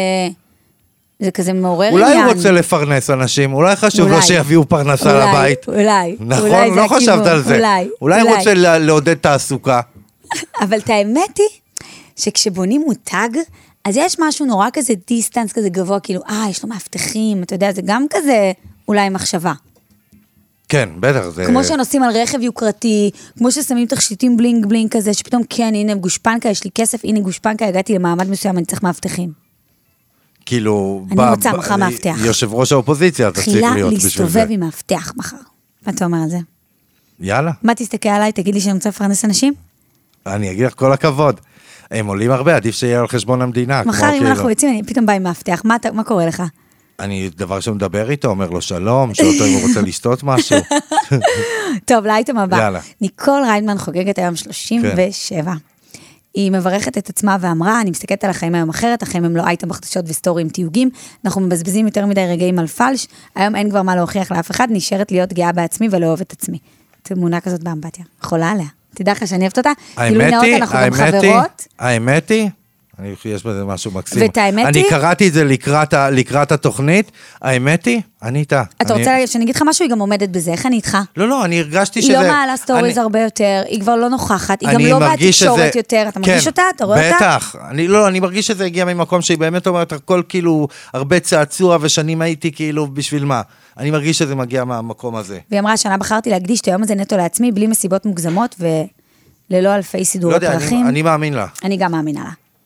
זה כזה מעורר עניין. אולי הוא רוצה לפרנס אנשים, אולי חשוב לו שיביאו פרנסה לבית. אולי. נכון? לא חשבת על זה. אולי הוא רוצה לעודד תעסוקה. אבל את האמת היא, שכשבונים מותג, אז יש משהו נורא כזה דיסטנס כזה גבוה, כאילו, יש לו מאבטחים, אתה יודע, זה גם כזה אולי מחשבה. כן, בטח. כמו שנוסעים על רכב יוקרתי, כמו ששמים תכשיטים בלינג בלינג כזה, שפתאום כן, הנה גושפנקה, יש לי כסף, הנה גושפנקה, הגעתי למעמד מסוים, אני צריך מאבטחים. כאילו, אני רוצה מחר מאבטח. יושב ראש האופוזיציה, אתה צריך להיות בשביל זה. תחילה להסתובב עם מאבטח מחר. מה אתה אומר על זה? יאללה. מה תסתכל עליי, תגיד לי שאני רוצה לפרנס אנשים? אני אגיד לך כל הכבוד. הם עולים הרבה, עדיף שיהיה על חשבון המדינה. מחר אם אנחנו יוצאים, אני פתאום בא עם מאבטח. מה קורה לך? אני דבר שמדבר איתו, אומר לו שלום, שואל אותו אם הוא רוצה לשתות משהו. טוב, לאייטם הבא. יאללה. ניקול ריידמן חוגגת היום 37. היא מברכת את עצמה ואמרה, אני מסתכלת על החיים היום אחרת, החיים הם לא אייטם בחדשות וסטורים תיוגים, אנחנו מבזבזים יותר מדי רגעים על פלש, היום אין כבר מה להוכיח לאף אחד, נשארת להיות גאה בעצמי ולאהוב את עצמי. תמונה כזאת באמבטיה, חולה עליה. תדע לך שאני אוהבת אותה, כאילו נאות אנחנו גם חברות. האמת היא, יש בזה משהו מקסים. ואת האמת היא? אני קראתי את זה לקראת התוכנית, האמת היא, אני איתה. אתה רוצה שאני אגיד לך משהו? היא גם עומדת בזה, איך אני איתך? לא, אני הרגשתי שזה... היא לא מעלה סטוריז הרבה יותר, היא כבר לא נוכחת, היא גם לא בתקשורת יותר, אתה מרגיש אותה? אתה רואה אותה? בטח, אני מרגיש שזה הגיע ממקום שהיא באמת אומרת, הכל כאילו הרבה צעצוע, ושנים הייתי כאילו בשביל מה? אני מרגיש שזה מגיע מהמקום הזה. והיא אמרה, השנה בחרתי להקדיש את היום הזה נטו לעצמי, בלי מסיבות מוגזמות וללא אלפי סידורי פרחים. אני מאמין לה. אני גם מאמינה לה.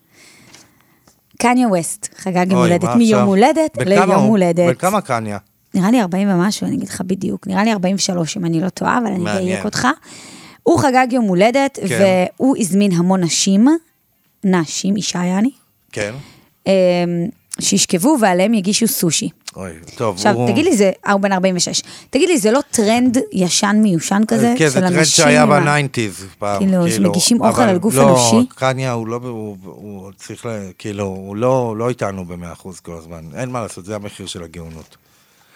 קניה ווסט, חגג יום הולדת, מיום הולדת ליום הולדת. בכמה קניה? נראה לי 40 ומשהו, אני אגיד לך בדיוק. נראה לי 43 אם אני לא טועה, אבל אני אדייק אותך. הוא חגג יום הולדת, והוא הזמין המון נשים, אישה יעני. כן. שישכבו ועליהם יגישו סושי. אוי, טוב. עכשיו, תגיד לי, הוא בן 46. תגיד לי, זה לא טרנד ישן מיושן כזה? כן, זה טרנד שהיה ב-90s פעם. כאילו, שמגישים אוכל על גוף אנושי? לא, קניה הוא לא, הוא צריך, כאילו, הוא לא איתנו ב100% כל הזמן. אין מה לעשות, זה המחיר של הגאונות.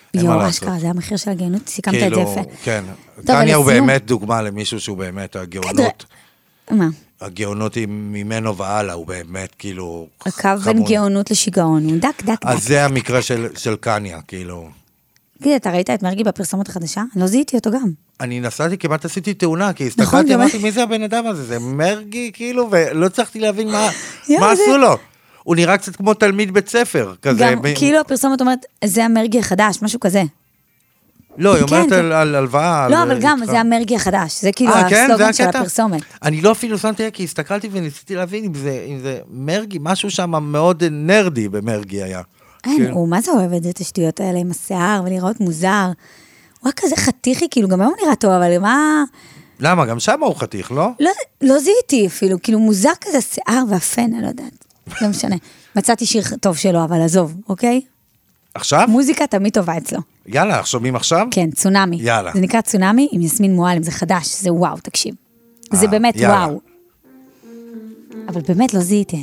אין מה יו, לעשות. אשכרה, זה המחיר של הגאונות, סיכמת את זה יפה. כן, טוב, קניה הוא ולסיום- באמת דוגמה למישהו שהוא באמת הגאונות. מה? הגאונות היא ממנו והלאה, הוא באמת כאילו... הקו בין חמוד. גאונות לשיגעון, הוא דק, דק, אז דק. זה המקרה של קניה, כאילו... תגיד, אתה ראית את מרגי בפרסומת החדשה? אני לא זיהיתי אותו גם. אני נסעתי, כמעט עשיתי תאונה, כי נכון, הסתכלתי, גם אמרתי, אני. מי זה הבן אדם הזה? זה מרגי, כאילו, ולא הצלחתי להבין מה יואו, מה זה- עשו לו. הוא נראה קצת כמו תלמיד בית ספר, כזה. גם כאילו הפרסומת אומרת, זה המרגי החדש, משהו כזה. לא, היא אומרת כן. על הלוואה. לא, על- אבל גם, זה המרגי החדש, זה כאילו כן, זה הסלוגן של הקטע? הפרסומת. אני לא אפילו שמתי לב, כי הסתכלתי וניסיתי להבין אם זה מרגי, משהו שם מאוד נרדי במרגי היה. אין, כן. הוא מה זה אוהב את זה, את השטויות האלה עם השיער, ולראות מוזר. הוא היה כזה חתיכי, כאילו, גם היום הוא נראה טוב, אבל מה... למה? גם שם הוא חתיך, לא? לא זיהיתי אפילו, כאילו מוזר כזה השיער והפן, אני לא יודעת. לא משנה. מצאתי שיר טוב שלו, אבל עזוב, אוקיי? עכשיו? מוזיקה תמיד טובה אצלו. יאללה, שומעים עכשיו? כן, צונאמי. יאללה. זה נקרא צונאמי עם יסמין מועלם, זה חדש, זה וואו, תקשיב. זה באמת יאללה. וואו. אבל באמת לא זיהיתי.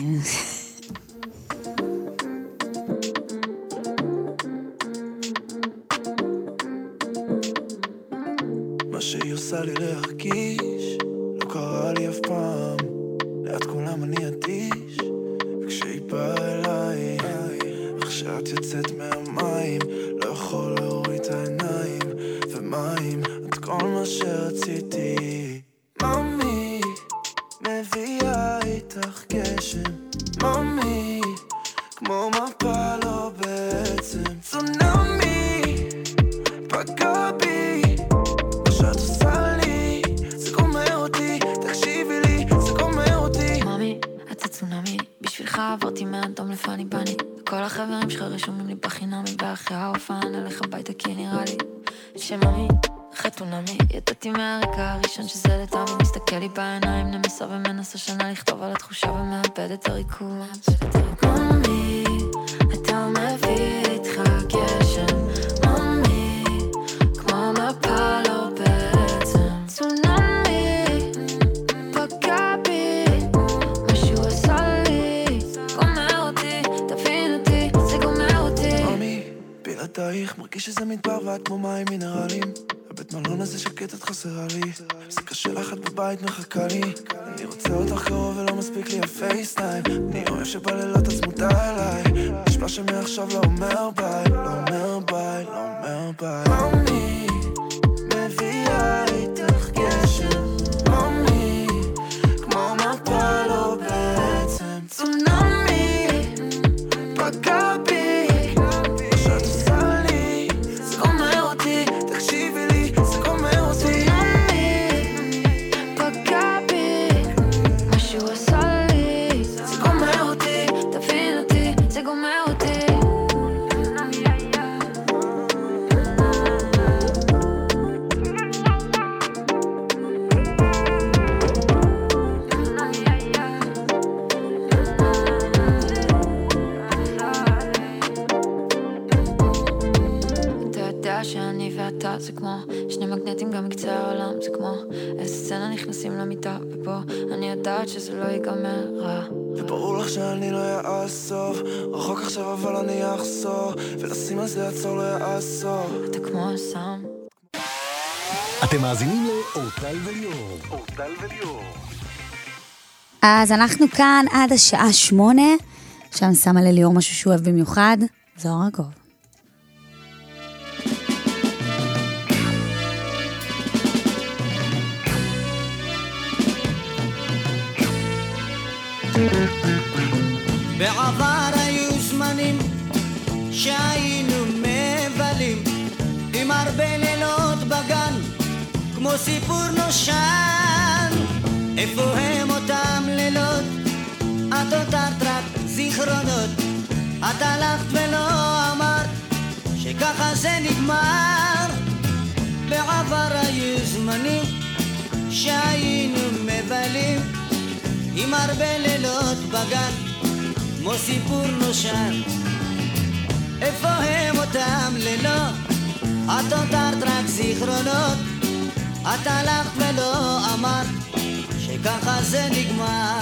מה שהיא עושה לי להרגיש לא קרה לי אף פעם, ליד כולם אני אדיש, וכשהיא באה אליי איך שאת יוצאת מהמים, לא יכול להוריד את העיניים, ומים את כל מה שרציתי. ממי מביאה איתך גשם, ממי כמו מפה לא בעצם צונאמי פגע בי, מה שאת עושה לי זה גומר אותי, תקשיבי לי זה גומר אותי. מאמי, אתה צונאמי, בשבילך עברתי מהאדום לפני בני, וכל החברים שלך רשומים לי בחינמי, ואחרי ההופעה נלך הביתה כי נראה לי שמאמי חתונמי, ידעתי מהרגע הראשון שזה לטעמי, מסתכל לי בעיניים נמסה ומנסה שנה לכתוב על התחושה ומאבד את הריכוז. מאמי, אתה מביא איתך גשם, מאמי כמו מפה לא בעצם צונאמי פגע בי, מה שהוא עשה לי גומר אותי, תבין אותי, זה גומר אותי. מאמי, בלעדייך מרגיש שזה מדבר ואת כמו מים מינרלים, הבית מלון הזה שקט את חסרה לי, זה קשה לך את בבית מחכה לי, אני רוצה אותך קרוב ולא מספיק לי הפייסטיים, אני אוהב שבלילות את צמודה אליי, נשמע שמעכשיו לא אומר ביי, לא אומר ביי, לא אומר ביי. מאמי מביאה איתך גשם, מאמי כמו מפה לא בעצם צונאמי פגע בי, מה שאת עושה לי זה גומר אותי, תקשיבי לי זה גומר אותי. פגע בי, מה שהוא עשה לי זה גומר אותי, תבין אותי, זה גומר אותי. אתה יודע שאני ואתה זה כמו שני מגנטים גם מקצה העולם, זה כמו איזה סצנה נכנסים למיטה, ופה אני יודעת שזה לא ייגמר רע. וברור לך שאני לא יעסוף, רחוק עכשיו אבל אני אחזור, ולשים על זה עצור לא יעסור. אתה כמו הסם. אתם מאזינים לאורטל וליאור. אורטל וליאור. אז אנחנו כאן עד השעה 8, שם שמה לליאור משהו שהוא אוהב במיוחד, זוהר ארגוב. בעבר היו זמנים שהיינו מבלים עם הרבה לילות בגן כמו סיפור נושן. איפה הם אותם לילות? את הותרת רק זיכרונות, את הלכת ולא אמרת שככה זה נגמר. בעבר היו זמנים שהיינו מבלים עם הרבה לילות בגן כמו סיפור נושן. איפה הם אותם לילות? את הותרת רק זיכרונות, את הלכת ולא אמרת שככה זה נגמר.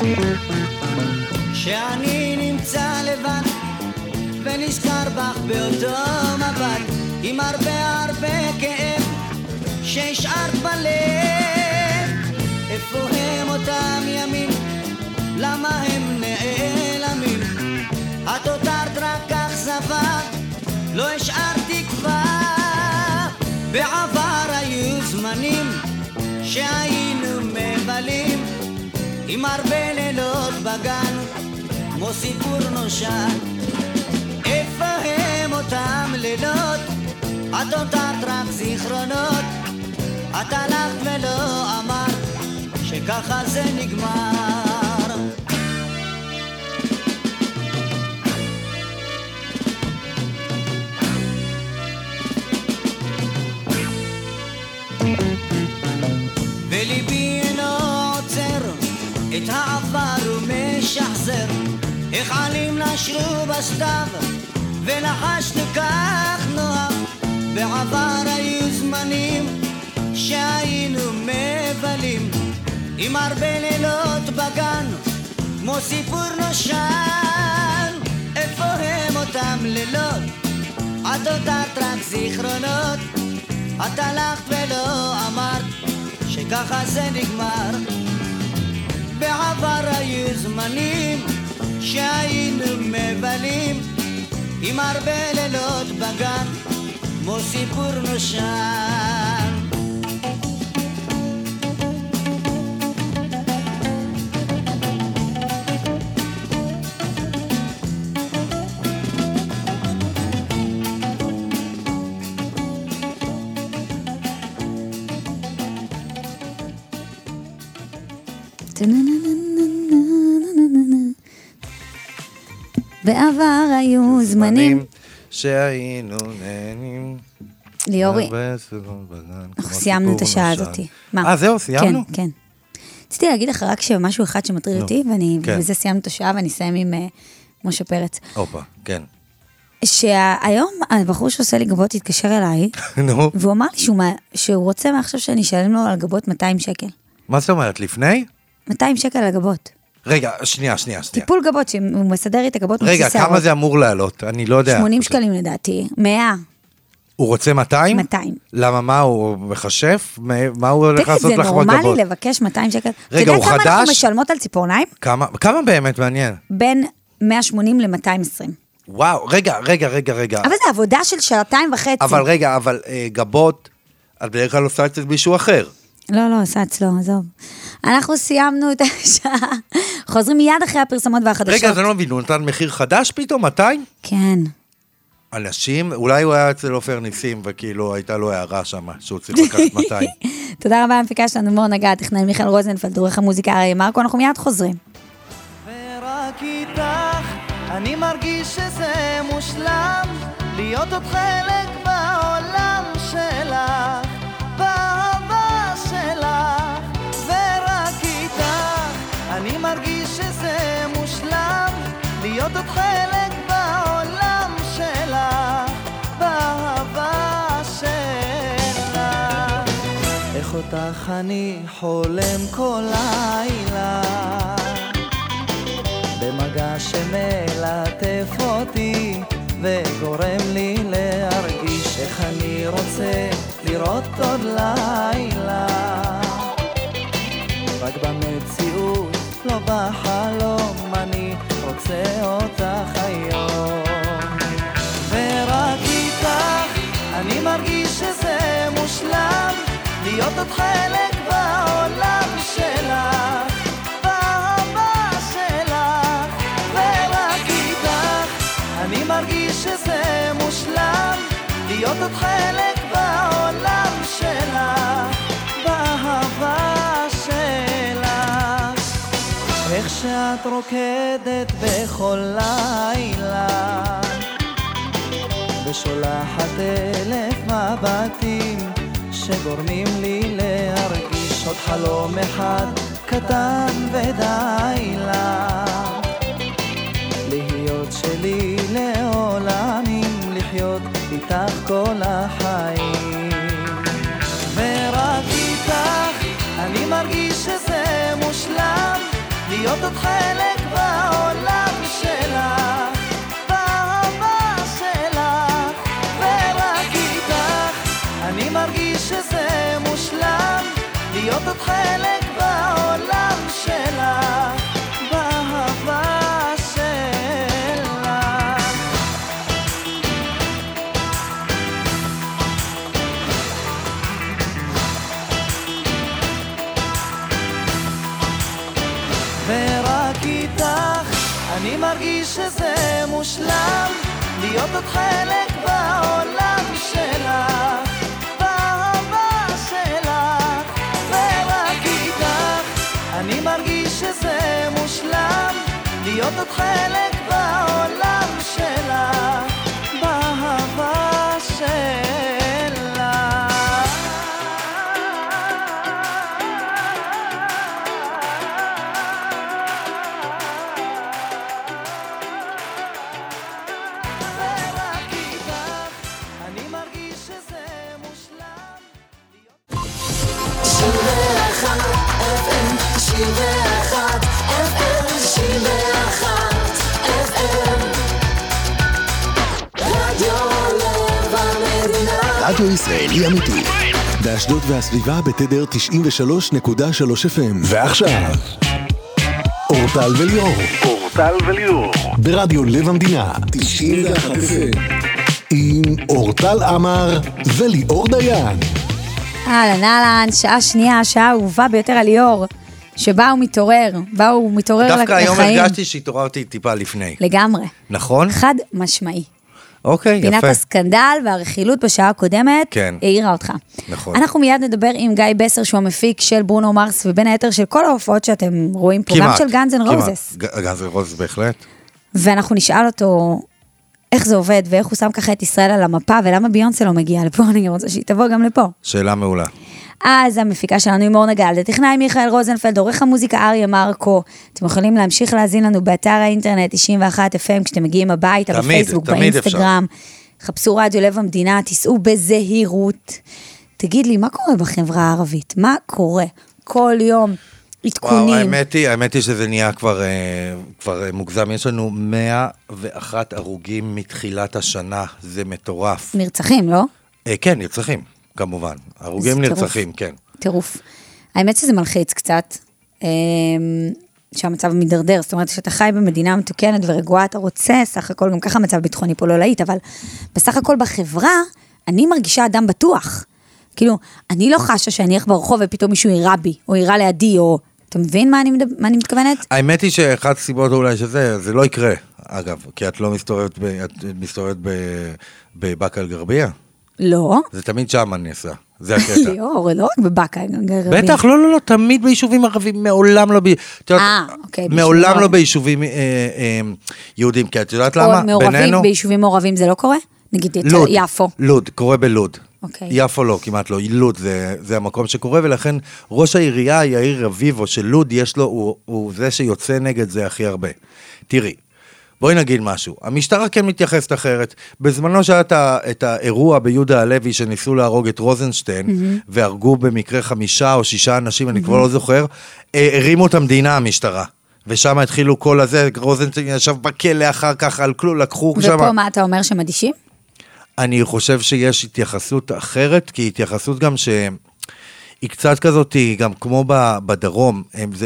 שאני נמצא לבד ונזכר בך באותו מבט, עם הרבה הרבה כאב שהשארת בלב. איפה הם אותם ימים? למה הם נעלמים? את הותרת רק אכזבה, לא השארת תקווה. בעבר היו זמנים שהיינו מבלים עם הרבה לילות בגן כמו סיפור נושן. איפה הם אותם לילות? את הותרת רק זיכרונות, את הלכת ולא אמרת שככה זה נגמר. וליבי אינו עוצר את העבר ומשחזר איך עלים נשרו בסתיו ונחשנו כך נוח. בעבר היו זמנים שהיינו מבלים עם הרבה לילות בגן כמו סיפור נושן. איפה הם אותם לילות? את הותרת רק זיכרונות, את הלכת ולא אמרת שככה זה נגמר. בעבר היו זמנים שהיינו מבלים עם הרבה לילות בגן כמו סיפור נושן. בעבר היו זמנים שהיינו נהנים. ליאורי, אנחנו סיימנו את השעה הזאת. זהו, סיימנו? כן, כן. רציתי להגיד לך רק שמשהו אחד שמטריד אותי, ובזה סיימנו את השעה ואני אסיים עם משה פרץ. אופה, כן. שהיום הבחור שעושה לי גבות התקשר אליי, והוא אמר לי שהוא רוצה מעכשיו שאני אשלם לו על גבות 200 שקל. מה זאת אומרת, לפני? 200 שקל על גבות. רגע, שנייה. טיפול גבות, שהוא מסדר את הגבות. רגע, כמה זה אמור לעלות? אני לא יודע. 80 שקלים לדעתי, 100. הוא רוצה 200? 200. למה, מה, הוא מחשף? מה הוא הולך לעשות לך בגבות? זה נורמלי לבקש 200 שקל. רגע, הוא חדש? אתה יודע כמה אנחנו משלמות על ציפורניים? כמה באמת מעניין? בין 180 ל-220. וואו, רגע. אבל זה עבודה של 2.5. אבל רגע, גבות, את בדרך כלל עושה אצל מישהו אחר. לא, עושה אצלו, עזוב. אנחנו סיימנו את השעה. חוזרים מיד אחרי הפרסמות והחדשות. רגע, זה לא מבין, הוא נתן מחיר חדש פתאום, 200? כן. אנשים, אולי הוא היה אצל אופר ניסים, וכאילו הייתה לו הערה שם, שהוא צריך לקחת 200. תודה רבה, המפיקה שלנו מור נגע, טכנאי מיכאל רוזנפלד, עורך המוזיקה אריה מרקו, אנחנו מיד חוזרים. ורק איתך אני מרגיש שזה מושלם, להיות עוד חלק בעולם שלך, באהבה שלך. ורק איתך אני מרגיש שזה מושלם, להיות עוד חלק בעולם שלך, באהבה שלך. איך אותך אני חולם כל לילה, במגע שמלטף אותי וגורם לי להרגיש איך אני רוצה לראות עוד לילה, רק במציאות, לא בחלום, אני רוצה אותך היום. ורק איתך אני מרגיש שזה מושלם, להיות עוד חלק בעולם שלך, באהבה שלך. ורק איתך אני מרגיש שזה מושלם, להיות עוד חלק בעולם שלך, באהבה שלך. איך שאת רוקדת בכל לילה, ושולחת 1000 מבטים שגורמים לי להרגיש עוד חלום אחד קטן ודי לך, להיות שלי לעולמים, לחיות איתך כל החיים. ורק איתך אני מרגיש שזה מושלם, להיות להיות עוד חלק בעולם שלך, באהבה שלך, ורק איתך אני מרגיש שזה מושלם, להיות עוד חלק בעולם שלך, באהבה שלך. ורק איתך אני מרגיש שזה מושלם, להיות עוד חלק בעולם שלך, באהבה שלך, ורק איתך אני מרגיש שזה מושלם, להיות עוד חלק בעולם שלך, באהבה שלך. ורק איתך אני מרגיש שזה מושלם. רדיו ישראלי אמיתי. באשדוד והסביבה בתדר 93.3 FM. ועכשיו, אורטל וליאור. אורטל וליאור. ברדיו לב המדינה 91 FM. עם אורטל עמר וליאור דיין. אהלן, אהלן, שעה שנייה, שעה אהובה ביותר על ליאור, שבה הוא מתעורר, לחיים. דווקא היום הרגשתי שהתעוררתי טיפה לפני. לגמרי. נכון? חד משמעי. אוקיי, יפה. פינת הסקנדל והרכילות בשעה הקודמת, כן. העירה אותך. נכון. אנחנו מיד נדבר עם גיא בסר, שהוא המפיק של ברונו מרס, ובין היתר של כל ההופעות שאתם רואים פה, גם של גאנז אנד רוזס. גאנז אנד רוזס בהחלט. ואנחנו נשאל אותו איך זה עובד, ואיך הוא שם ככה את ישראל על המפה, ולמה ביונסה לא מגיעה לפה, אני רוצה שהיא תבוא גם לפה. שאלה מעולה. אז המפיקה שלנו היא מור נגל, הטכנאי מיכאל רוזנפלד, עורך המוזיקה אריה מרקו. אתם יכולים להמשיך להזין לנו באתר האינטרנט 91 FM, כשאתם מגיעים הביתה, בפייסבוק, באינסטגרם. חפשו רדיו לב המדינה, תיסעו בזהירות. תגיד לי, מה קורה בחברה הערבית? מה קורה? כל יום עדכונים. וואו, האמת היא שזה נהיה כבר מוגזם. יש לנו 101 הרוגים מתחילת השנה, זה מטורף. נרצחים, לא? כן, נרצחים, כמובן. הרוגים נרצחים, כן. טירוף. האמת שזה מלחיץ קצת, שהמצב מדרדר, זאת אומרת שאתה חי במדינה מתוקנת ורגועה, אתה רוצה, סך הכל, גם ככה מצב ביטחוני פה לא להיט, אבל בסך הכל בחברה, אני מרגישה אדם בטוח. כאילו, אני לא חשה שאני איך ברחוב ופתאום מישהו יירה בי, או יירה לידי, או... אתה מבין מה אני מתכוונת? האמת היא שאחת הסיבות אולי זה לא יקרה, אגב, כי את לא מסתובבת בבאקה אל-גרבייה. לא. זה תמיד שם אני אעשה, זה הקטע. ליאור, לא רק בבאקה אל-גרבייה. בטח, לא, תמיד ביישובים ערבים, מעולם לא אוקיי. מעולם לא ביישובים יהודים, כי את יודעת למה? מעורבים, ביישובים מעורבים זה לא קורה? נגיד יפו. לוד, קורה בלוד. אוקיי. יפו לא, כמעט לא, לוד זה המקום שקורה, ולכן ראש העירייה, יאיר רביבו של לוד, יש לו, הוא זה שיוצא נגד זה הכי הרבה. תראי, בואי נגיד משהו, המשטרה כן מתייחסת אחרת, בזמנו שהיה את האירוע ביהודה הלוי, שניסו להרוג את רוזנשטיין, והרגו במקרה 5 או 6 אנשים, אני כבר לא זוכר, הרימו את המדינה המשטרה. ושם התחילו כל הזה, רוזנשטיין ישב בכלא אחר כך על כלום, לקחו שם. ופה מה אתה אומר שמדישים? אני חושב שיש התייחסות אחרת, כי התייחסות גם שהיא קצת כזאת, גם כמו בדרום, זה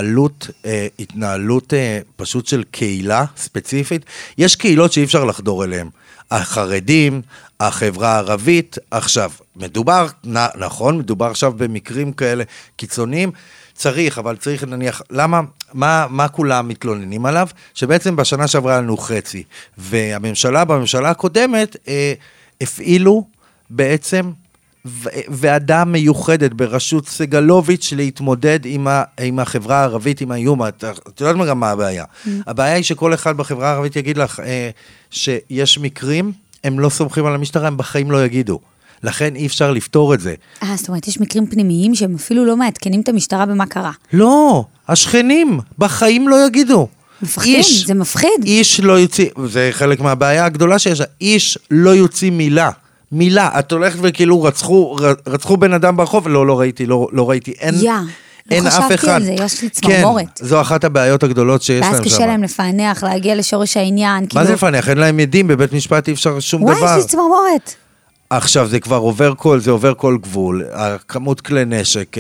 התנהלות פשוט של קהילה ספציפית. יש קהילות שאי אפשר לחדור אליהן. החרדים, החברה הערבית, עכשיו, מדובר, נכון, מדובר עכשיו במקרים כאלה קיצוניים, אבל צריך נניח, למה, מה כולם מתלוננים עליו? שבעצם בשנה שעברה לנו חצי, בממשלה הקודמת, הפעילו בעצם ועדה מיוחדת בראשות סגלוביץ' להתמודד עם החברה הערבית, עם האיום. את יודעת גם מה הבעיה? הבעיה היא שכל אחד בחברה הערבית יגיד לך שיש מקרים, הם לא סומכים על המשטרה, הם בחיים לא יגידו. לכן אי אפשר לפתור את זה. זאת אומרת, יש מקרים פנימיים שהם אפילו לא מעדכנים את המשטרה במה קרה. לא, השכנים בחיים לא יגידו. מפחיד, זה מפחיד. איש לא יוציא, זה חלק מהבעיה הגדולה שיש, איש לא יוציא מילה, את הולכת וכאילו רצחו בן אדם ברחוב, לא ראיתי, אין, אין אף אחד. לא חשבתי על זה, יש לי צמרמורת. כן, זו אחת הבעיות הגדולות שיש להם שם. ואז קשה להם לפענח, להגיע לשורש העניין. מה זה לפענח? אין להם עדים, בבית משפט אי אפשר שום דבר. וואי, יש לי צמרמורת. עכשיו, זה כבר זה עובר כל גבול. הכמות כלי נשק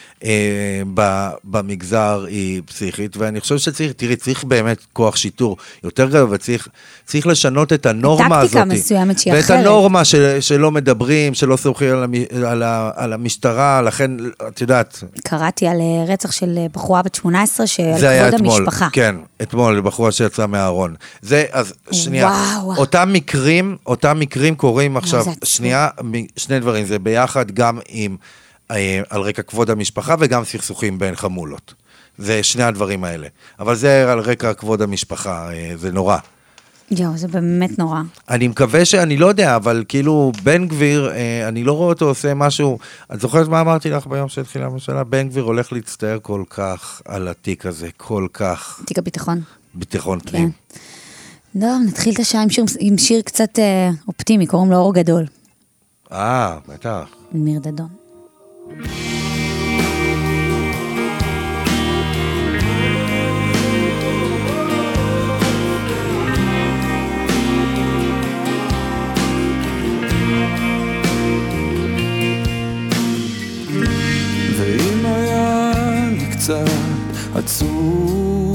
במגזר היא פסיכית, ואני חושב שצריך, תראי, צריך באמת כוח שיטור יותר גדול, וצריך לשנות את הנורמה הזאת. טקטיקה מסוימת שהיא אחרת. ואת הנורמה שלא מדברים, שלא סומכים על המשטרה, לכן, את יודעת. קראתי על רצח של בחורה בת 18, שעל כבוד המשפחה. כן, אתמול, בחורה שיצאה מהארון. זה, אז שנייה, אותם מקרים קורים עכשיו, שנייה, שני דברים, זה ביחד גם עם, על רקע כבוד המשפחה וגם סכסוכים בין חמולות. זה שני הדברים האלה. אבל זה על רקע כבוד המשפחה, זה נורא. יואו, זה באמת נורא. אני מקווה שאני לא יודע, אבל כאילו בן גביר, אני לא רואה אותו עושה משהו, את זוכרת מה אמרתי לך ביום שהתחילה הממשלה? בן גביר הולך להצטער כל כך על התיק הזה, כל כך. תיק הביטחון. ביטחון פנים. לא, נתחיל את השעה עם שיר קצת אופטימי, קוראים לו אור גדול. בטח. ניר דדון. ואם היה לי קצת עצוב,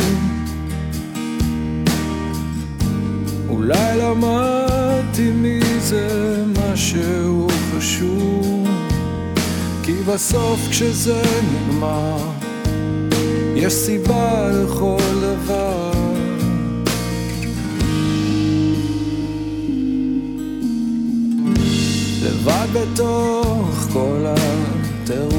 אולי למדתי מזה משהו חשוב, כי בסוף כשזה נגמר יש סיבה לכל דבר. לבד בתוך כל הטירוף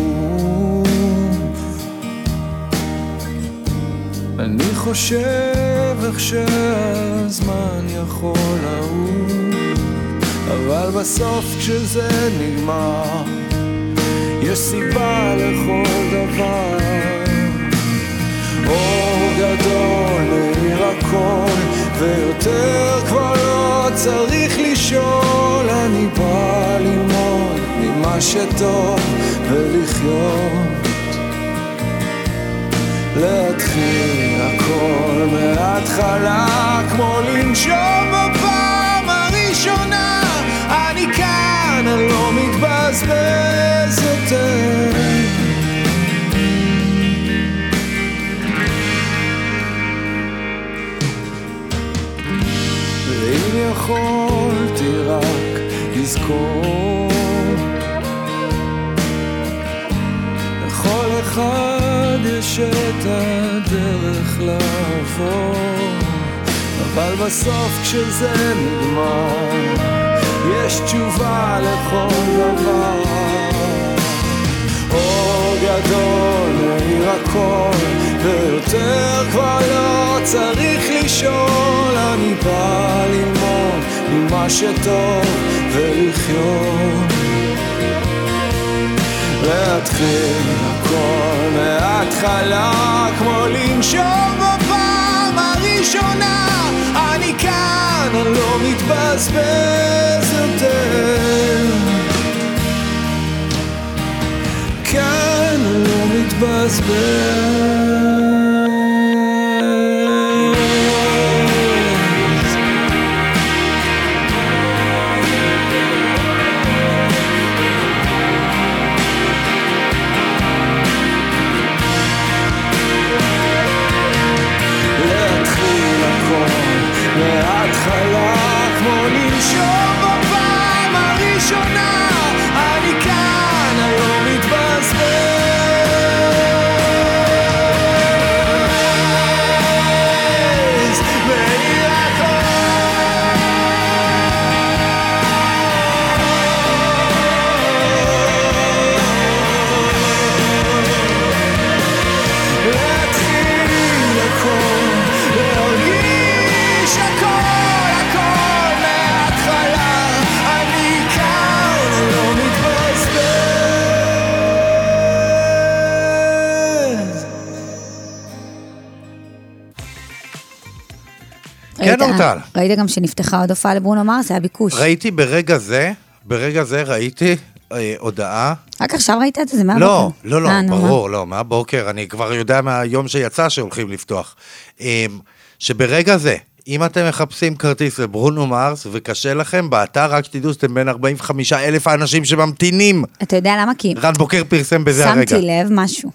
אני חושב איך שהזמן יכול לעוף, אבל בסוף כשזה נגמר יש סיבה לכל דבר. אור גדול מאיר הכל ויותר כבר לא צריך לשאול, אני בא ללמוד ממה שטוב ולחיות, להתחיל הכל מההתחלה כמו לנשום בפעם הראשונה. אני כאן, אני לא מתבזבז יותר, ואם יכולתי רק לזכור לכל אחד יש את הדרך לעבור, אבל בסוף כשזה נגמר יש תשובה לכל דבר. אור גדול מאיר הכל ויותר כבר לא צריך לשאול, אני בא ללמוד ממה שטוב ולחיות, להתחיל הכל מההתחלה כמו לנשום בפעם הראשונה. אני כאן, אני לא מתבזבז יותר, כאן אני לא מתבזבז. מההתחלה כמו לנשום בפעם הראשונה. אני כאן, אני לא מתבזבז, מאיר הכל. להתחיל הכל, להרגיש הכל, הכל מההתחלה. אני כאן, אני לא מתבזבז. כן, אורטל. ראית גם שנפתחה עוד הופעה לברונו מרס, היה ביקוש. ראיתי ברגע זה ראיתי הודעה. רק עכשיו ראית את זה? מהבוקר? לא, ברור, לא, מהבוקר, אני כבר יודע מהיום שיצא שהולכים לפתוח. שברגע זה, אם אתם מחפשים כרטיס לברונו מרס וקשה לכם, באתר רק תדעו שאתם בין 45,000 האנשים שממתינים. אתה יודע למה? כי... רן בוקר פרסם בזה הרגע. שמתי לב משהו,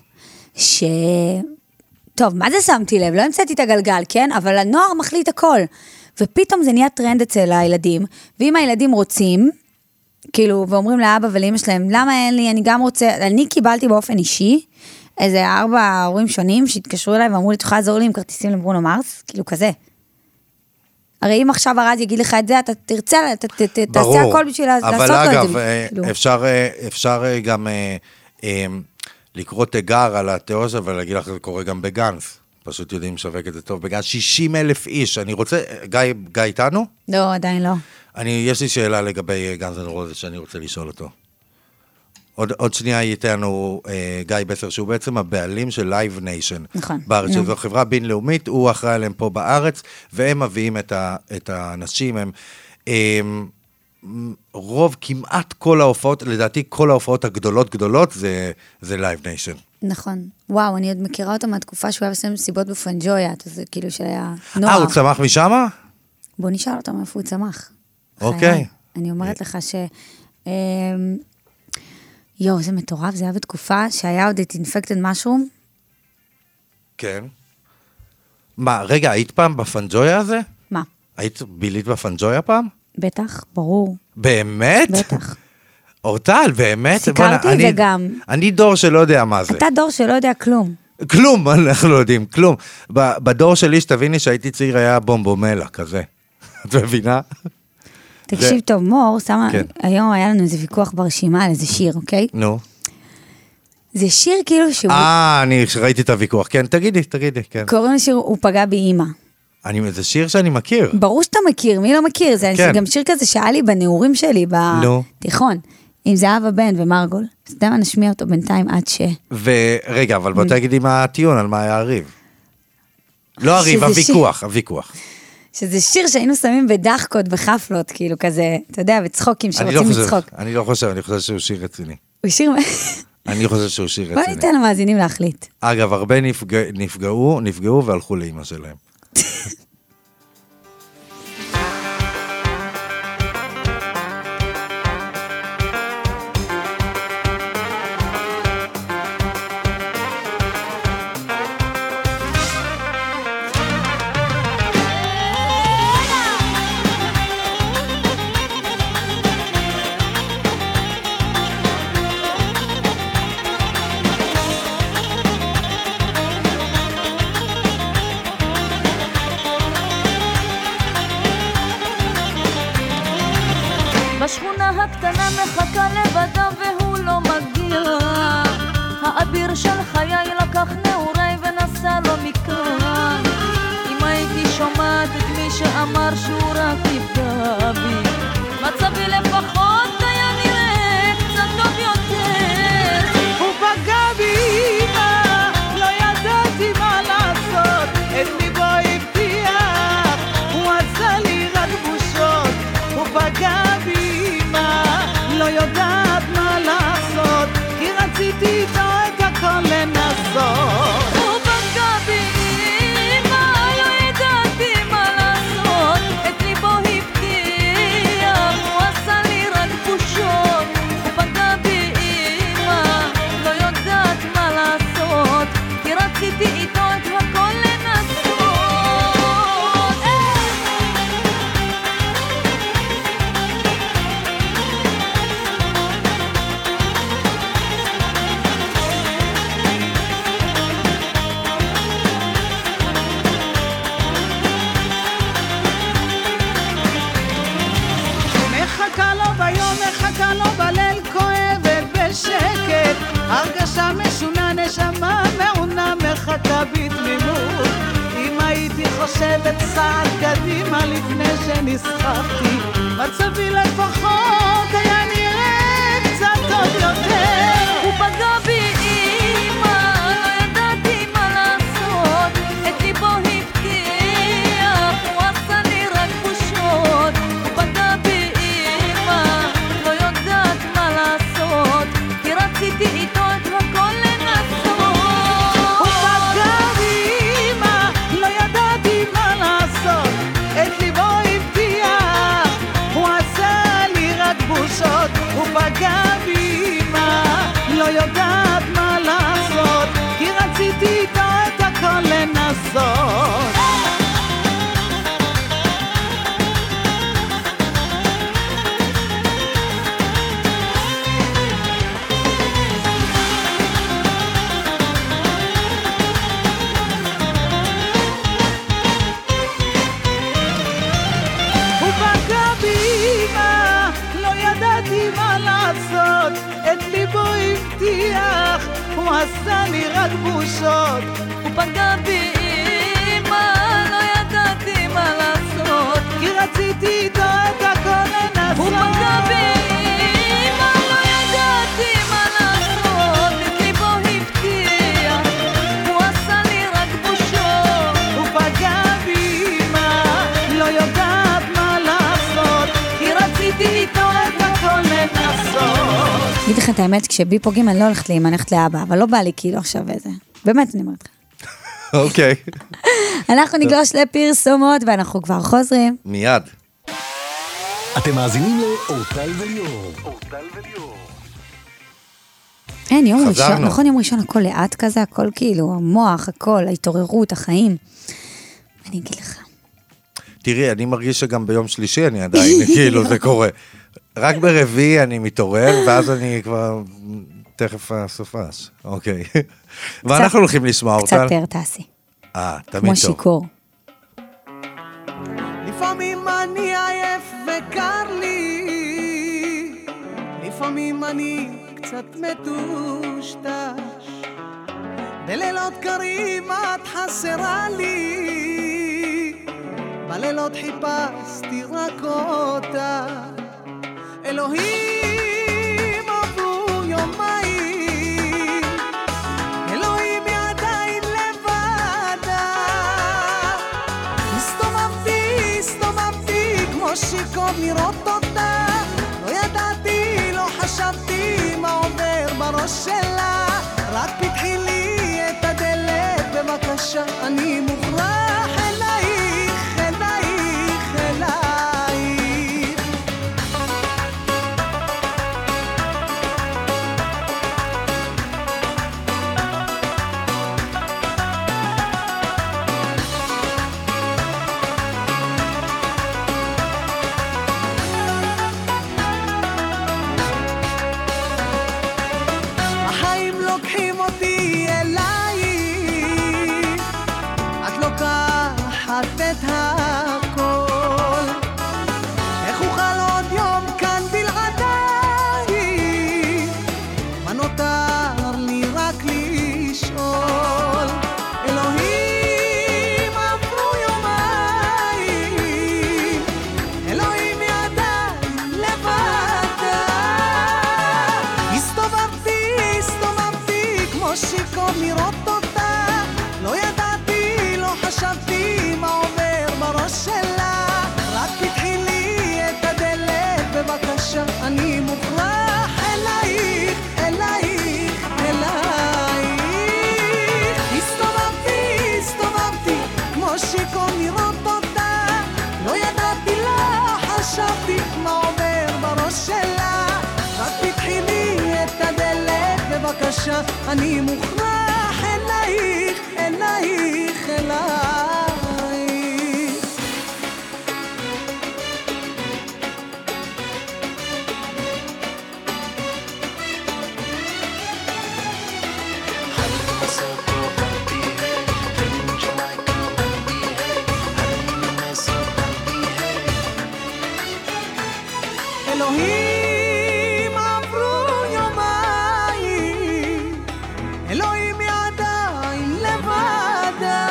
טוב, מה זה שמתי לב? לא המצאתי את הגלגל, כן? אבל הנוער מחליט הכל. ופתאום זה נהיה טרנד אצל הילדים, ואם הילדים רוצים, כאילו, ואומרים לאבא ולאמא שלהם, למה אין לי, אני גם רוצה, אני קיבלתי באופן אישי, איזה 4 הורים שונים שהתקשרו אליי ואמרו לי, תוכל לעזור לי עם כרטיסים לברונו מרס? כאילו כזה. הרי אם עכשיו הרז יגיד לך את זה, אתה תרצה, תעשה הכל בשביל לעשות לו את זה. אבל אגב, אפשר גם לקרוא תיגר על התיאוריה שלה, ולהגיד לך, זה קורה גם בגנץ. פשוט יודעים לשווק את זה טוב. בגנץ 60,000 איש. אני רוצה, גיא איתנו? לא, עדיין לא. יש לי שאלה לגבי גאנז אנד רוזס שאני רוצה לשאול אותו. עוד שנייה ייתנו גיא בסר, שהוא בעצם הבעלים של Live Nation. נכון. בארץ, שזו חברה בינלאומית, הוא אחראי עליהם פה בארץ, והם מביאים את האנשים, הם רוב, כמעט כל ההופעות, לדעתי כל ההופעות הגדולות, זה Live Nation. נכון. וואו, אני עוד מכירה אותו מהתקופה שהוא היה עושה מסיבות בפנג'ויה, זה כאילו של הנוער. הוא צמח משם? בוא נשאל אותו מאיפה הוא צמח. אוקיי. אני אומרת לך זה מטורף, זה היה בתקופה שהיה עוד את אינפקטד משרום. כן. מה, רגע, היית פעם בפנג'ויה הזה? מה? היית בילית בפנג'ויה פעם? בטח, ברור. באמת? בטח. אורטל, באמת? סיקרתי וגם. אני דור שלא יודע מה זה. אתה דור שלא יודע כלום. כלום, אנחנו לא יודעים, כלום. בדור שלי, שתביני שהייתי צעיר, היה בומבומלה, כזה. את מבינה? תקשיב טוב, מור, היום היה לנו איזה ויכוח ברשימה על איזה שיר, אוקיי? נו. זה שיר כאילו שהוא... אני ראיתי את הוויכוח, כן, תגידי, כן. קוראים לשיר, הוא פגע באמא. זה שיר שאני מכיר. ברור שאתה מכיר, מי לא מכיר? זה גם שיר כזה שהיה לי בנעורים שלי, בתיכון, עם זהבה בן ומרגול. אז אתה נשמיע אותו בינתיים עד ש... ורגע, אבל בוא תגידי מה הטיעון, על מה היה הריב. לא הריב, הוויכוח. שזה שיר שהיינו שמים בדחקות, בחפלות, כאילו כזה, אתה יודע, בצחוקים שרוצים לצחוק. אני לא חושב, אני חושב שהוא שיר רציני. הוא שיר... אני חושב שהוא שיר רציני. בוא ניתן למאזינים להחליט. אגב, הרבה נפגעו והלכו לאמא שלהם. בשכונה הקטנה מחכה לבדה והוא לא מגיע, האביר של חיי לקח נעוריי ונסע לו מכאן. אם הייתי שומעת את מי שאמר שהוא רק יפגע בי, מצבי לפחות היה נראה קצת טוב יותר. הוא פגע בי אמא, לא ידעתי מה לעשות, את ליבו הבטיח, הוא עשה לי רק בושות. הוא פגע בי לא יודעת מה לעשות, כי רציתי איתו את הכל לנסות. הוא פגע בי אמא, לא ידעתי מה לעשות, את ליבו הבטיח, הוא עשה לי רק בושות. הוא פגע בי אמא, לא יודעת מה לעשות, כי רציתי איתו את הכל לנסות. מחכה לו בליל כואבת בשקט, הרגשה משונה, נשמה מעונה, מחכה בתמימות. אם הייתי חושבת צעד קדימה לפני שנסחפתי, מצבי לפחות היה נראה קצת טוב יותר. הוא פגע בי אמא, לא ידעתי מה לעשות, את ליבו הבטיח, הוא עשה לי רק בושות. הוא פגע בי אמא, לא יודעת מה לעשות, עשה לי רק בושות. הוא פגע בי אמא, לא ידעתי מה לעשות, כי רציתי איתו את הכל לנסות. הוא פגע בי אמא, לא ידעתי מה לעשות, את ליבו הבטיח, הוא עשה לי רק בושות. הוא פגע בי אמא, לא יודעת מה לעשות, כי רציתי איתו את הכל לנסות. אגיד לך את האמת, כשבי פוגעים אני לא הולכת לאמא, אני הולכת לאבא, אבל לא בא לי כאילו עכשיו איזה. באמת אני אומרת לך. אוקיי. אנחנו נגלוש לפרסומות ואנחנו כבר חוזרים. מיד. אתם מאזינים לאורטל וליאור. אין, יום ראשון, חזרנו. נכון, יום ראשון הכל לאט כזה, הכל כאילו, המוח, הכל, ההתעוררות, החיים. אני אגיד לך. תראי, אני מרגיש שגם ביום שלישי אני עדיין, כאילו זה קורה. רק ברביעי אני מתעורר, ואז אני כבר תכף הסופש. אוקיי. ואנחנו הולכים לשמוע אותה. קצת פרטסי. תמיד כמו טוב. שיקור. לפעמים אני עייף וקר לי, לפעמים אני קצת מטושטש, בלילות קרים את חסרה לי, בלילות חיפשתי רק אותה. אלוהים עברו יומיים, אלוהים היא עדיין לבדה, הסתובבתי כמו שיקום לראות אותה, לא ידעתי, לא חשבתי מה עובר בראש שלה, רק פתחי לי את הדלת בבקשה, אני מוכרח אלייך, אלייך, אלייך. החיים לוקחים אותי אלייך, את לוקחת את הכל, איך אוכל עוד יום כאן בלעדיי, מה נותר לי רק לשאול. אלוהים עברו יומיים, אלוהים היא עדיין לבדה, הסתובבתי כמו שיקום לראות אותה, לא ידעתי, לא חשבתי מה עובר בראש שלה, רק פתחי לי את הדלת בבקשה, אני מוכרח אלייך, אלייך, אלייך. הסתובבתי כמו שיקום לראות אותה, לא ידעתי, לא חשבתי מה עובר בראש שלה, רק פתחי לי את הדלת בבקשה, אני מוכרח אלייך, אלייך, אלייך. אלוהים עברו יומיים, אלוהים היא עדיין לבדה,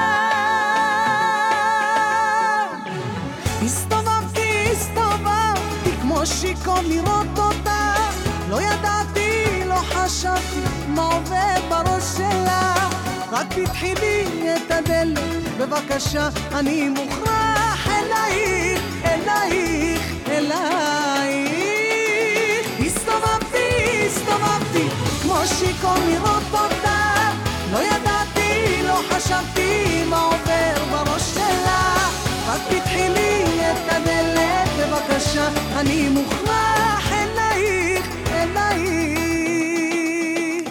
הסתובבתי כמו שיקום לראות אותה, לא ידעתי, לא חשבתי מה עובר בראש שלה, רק פתחי לי את הדלת בבקשה, אני מוכרח אלייך, אלייך, אלייך. הסתובבתי כמו שיקום לראות אותה, לא ידעתי, לא חשבתי מה עובר בראש שלה, רק פתחי לי את הדלת בבקשה, אני מוכרח אלייך, אלייך,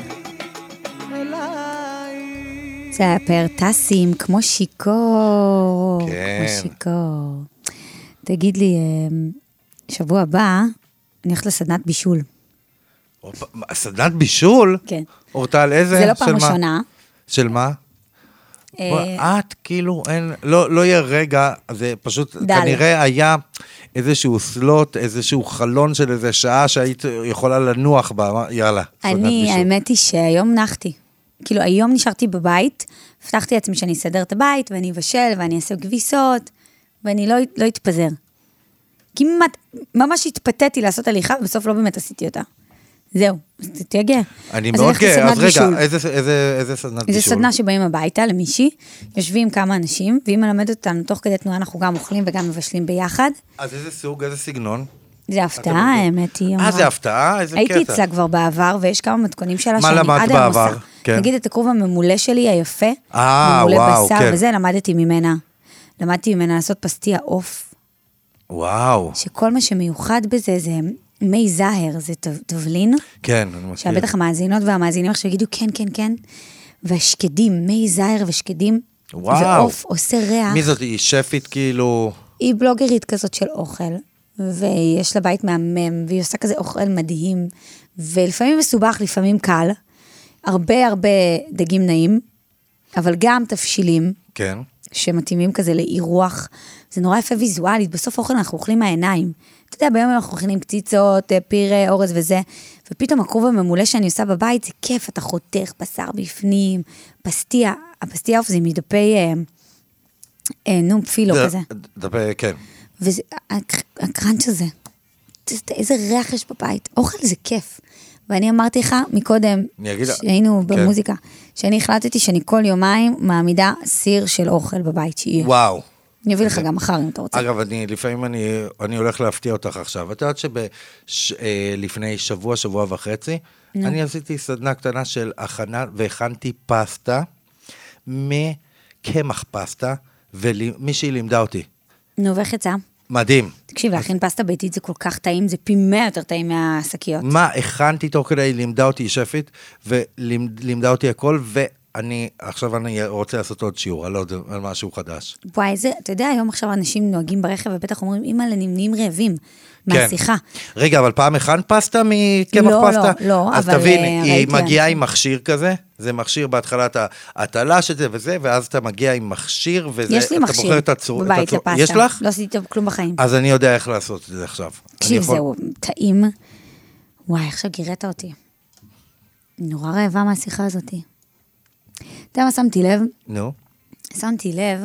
אלייך. זה היה פרטסים, כמו שיקור. כן. כמו שיקור. תגיד לי, שבוע הבא, אני הולכת לסדנת בישול. סדנת בישול? כן. אורטל, איזה? זה לא של פעם מה? ראשונה. של מה? את כאילו, אין, לא יהיה רגע, זה פשוט דל. כנראה היה איזשהו סלוט, איזשהו חלון של איזה שעה שהיית יכולה לנוח בה, יאללה. האמת היא שהיום נחתי. כאילו, היום נשארתי בבית, הבטחתי לעצמי שאני אסדר את הבית, ואני אבשל, ואני אעשה כביסות, ואני לא אתפזר. כמעט, ממש התפתיתי לעשות הליכה, ובסוף לא באמת עשיתי אותה. זהו, אז תהיה גאה. אני מאוד גאה, אז רגע, איזה סדנת בישול? איזה סדנה שבאים הביתה למישהי, יושבים כמה אנשים, והיא מלמדת אותנו, תוך כדי תנועה אנחנו גם אוכלים וגם מבשלים ביחד. אז איזה סוג, איזה סגנון? זה הפתעה, האמת היא. זה הפתעה? איזה קטע. הייתי אצלה כבר בעבר, ויש כמה מתכונים שלה שאני עד היום עושה. נגיד את הכרוב הממולא שלי, היפה, ממולא בשר, וזה למדתי ממנה. למדתי ממנה לעשות פסטיה עוף. וואו. שכל מה שמיוחד בזה זה מי זהר, זה תבלין. כן, אני מכיר. שבטח המאזינות והמאזינים עכשיו יגידו כן, כן, כן. והשקדים, מי זהר ושקדים. וואו. זה עוף, עושה ריח. מי זאת? היא שפית כאילו... היא בלוגרית כזאת של אוכל. ויש לה בית מהמם, והיא עושה כזה אוכל מדהים. ולפעמים מסובך, לפעמים קל. הרבה דגים נעים. אבל גם תפשילים. כן. שמתאימים כזה לאירוח. זה נורא יפה ויזואלית, בסוף אוכל אנחנו אוכלים מהעיניים. אתה יודע, ביום אנחנו אוכלים קציצות, פירה, אורז וזה, ופתאום הכרוב הממולא שאני עושה בבית, זה כיף, אתה חותך בשר בפנים, פסטיה, הפסטיה אוף זה מדפי, פילו כזה. דפי, כן. וזה, הקרנץ' הזה, איזה ריח יש בבית, אוכל זה כיף. ואני אמרתי לך מקודם, שהיינו במוזיקה, שאני החלטתי שאני כל יומיים מעמידה סיר של אוכל בבית שיהיה. וואו. אני אביא לך גם מחר אם אתה רוצה. אגב, לפעמים אני הולך להפתיע אותך עכשיו. את יודעת שלפני שבוע וחצי, אני עשיתי סדנה קטנה של הכנה, והכנתי פסטה, מקמח פסטה, ומישהי לימדה אותי. נו, ואיך יצא? מדהים. תקשיב, להכין פסטה ביתית זה כל כך טעים, זה פי 100 יותר טעים מהשקיות. מה, הכנתי תוך כדי, לימדה אותי שפית, ולימדה אותי הכל, עכשיו אני רוצה לעשות עוד שיעור, על משהו חדש. וואי, אתה יודע, היום עכשיו אנשים נוהגים ברכב, ובטח אומרים, אמא, נמנים רעבים, מהשיחה. רגע, אבל פעם הכנת פסטה מקמח פסטה? לא, אז תבין, היא מגיעה עם מכשיר כזה, זה מכשיר בהתחלה, אתה תלש את זה וזה, ואז אתה מגיע עם מכשיר, יש לי מכשיר בבית לפסטה. יש לך? לא עשיתי כלום בחיים. אז אני יודע איך לעשות את זה עכשיו. תקשיב, זהו, טעים. וואי, עכשיו גירית אותי. נורא רעבה מהשיחה הזאת. אתה יודע מה שמתי לב? נו. שמתי לב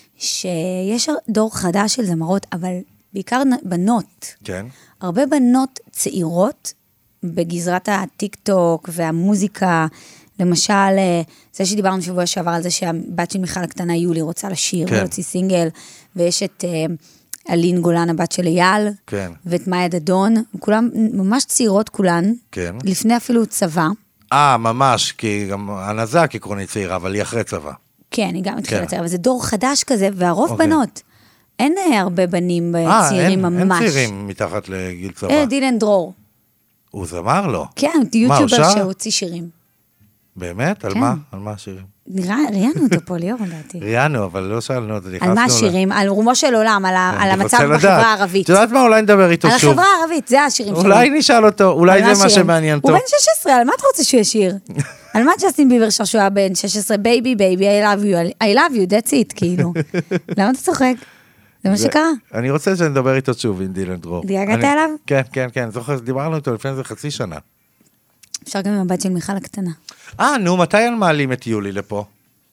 שיש דור חדש של זמרות, אבל בעיקר בנות. כן. הרבה בנות צעירות בגזרת הטיק טוק והמוזיקה, למשל, זה שדיברנו שבוע שעבר על זה שהבת של מיכל הקטנה יולי רוצה לשיר, כן. ולהוציא סינגל, ויש את אלין גולן, הבת של אייל, כן. ואת מאיה דדון, כולם ממש צעירות כולן, כן. לפני אפילו צבא. ממש, כי גם הנזק עקרונית צעירה, אבל היא אחרי צבא. כן, היא גם התחילה צעירה, אבל זה דור חדש כזה, והרוב בנות. אין הרבה בנים צעירים ממש. אין צעירים מתחת לגיל צבא. דילן דרור. הוא זמר לו? כן, יוטיובר שהוציא שירים. באמת? על מה? על מה השירים? ראיינו אותו פה, ליאור, לדעתי. ראיינו, אבל לא שאלנו את זה. על מה השירים? על רומו של עולם, על המצב בחברה הערבית. את יודעת מה? אולי נדבר איתו שוב. על החברה הערבית, זה השירים שלו. אולי נשאל אותו, אולי זה מה שמעניין אותו. הוא בן 16, על מה אתה רוצה שהוא ישיר? על מה ג'סטין ביבר שר שהוא היה בן 16? בייבי, בייבי, I love you, that's it, כאילו. למה אתה צוחק? זה מה שקרה. אני רוצה שנדבר איתו שוב עם דילן דרור. דייגת אליו? כן, כן, כן. זוכר, דיברנו איתו לפני זה חצי שנה. אפשר גם עם הבת של מיכל הקטנה. נו, מתי מעלים את יולי לפה?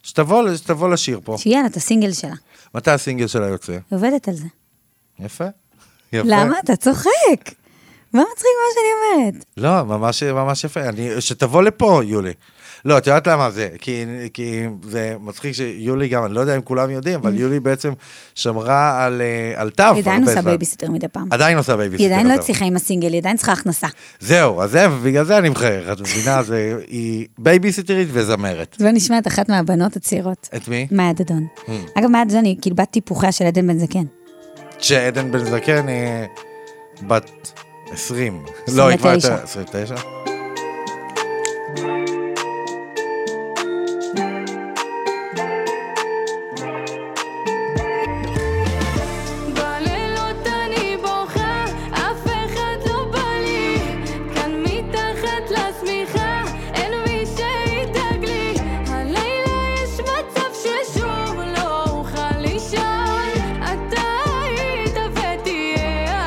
שתבוא לשיר פה. שיהיה לה את הסינגל שלה. מתי הסינגל שלה יוצא? היא עובדת על זה. יפה. למה? אתה צוחק. מה מצחיק מה שאני אומרת? לא, ממש יפה. שתבוא לפה, יולי. לא, את יודעת למה זה? כי זה מצחיק שיולי גם, אני לא יודע אם כולם יודעים, אבל יולי בעצם שמרה על תו. היא עדיין עושה בייביסיטר מדי פעם. עדיין עושה בייביסיטר. היא עדיין לא הצליחה עם הסינגל, היא עדיין צריכה הכנסה. זהו, אז בגלל זה אני מחייך. את מבינה, היא בייביסיטרית וזמרת. זו נשמעת אחת מהבנות הצעירות. את מי? מאיה דדון. אגב, מאיה דדון היא כאילו בת טיפוחיה של עדן בן זקן. שעדן בן זקן היא בת 20. לא, היא כבר יותר 29. אתה היית ותהיה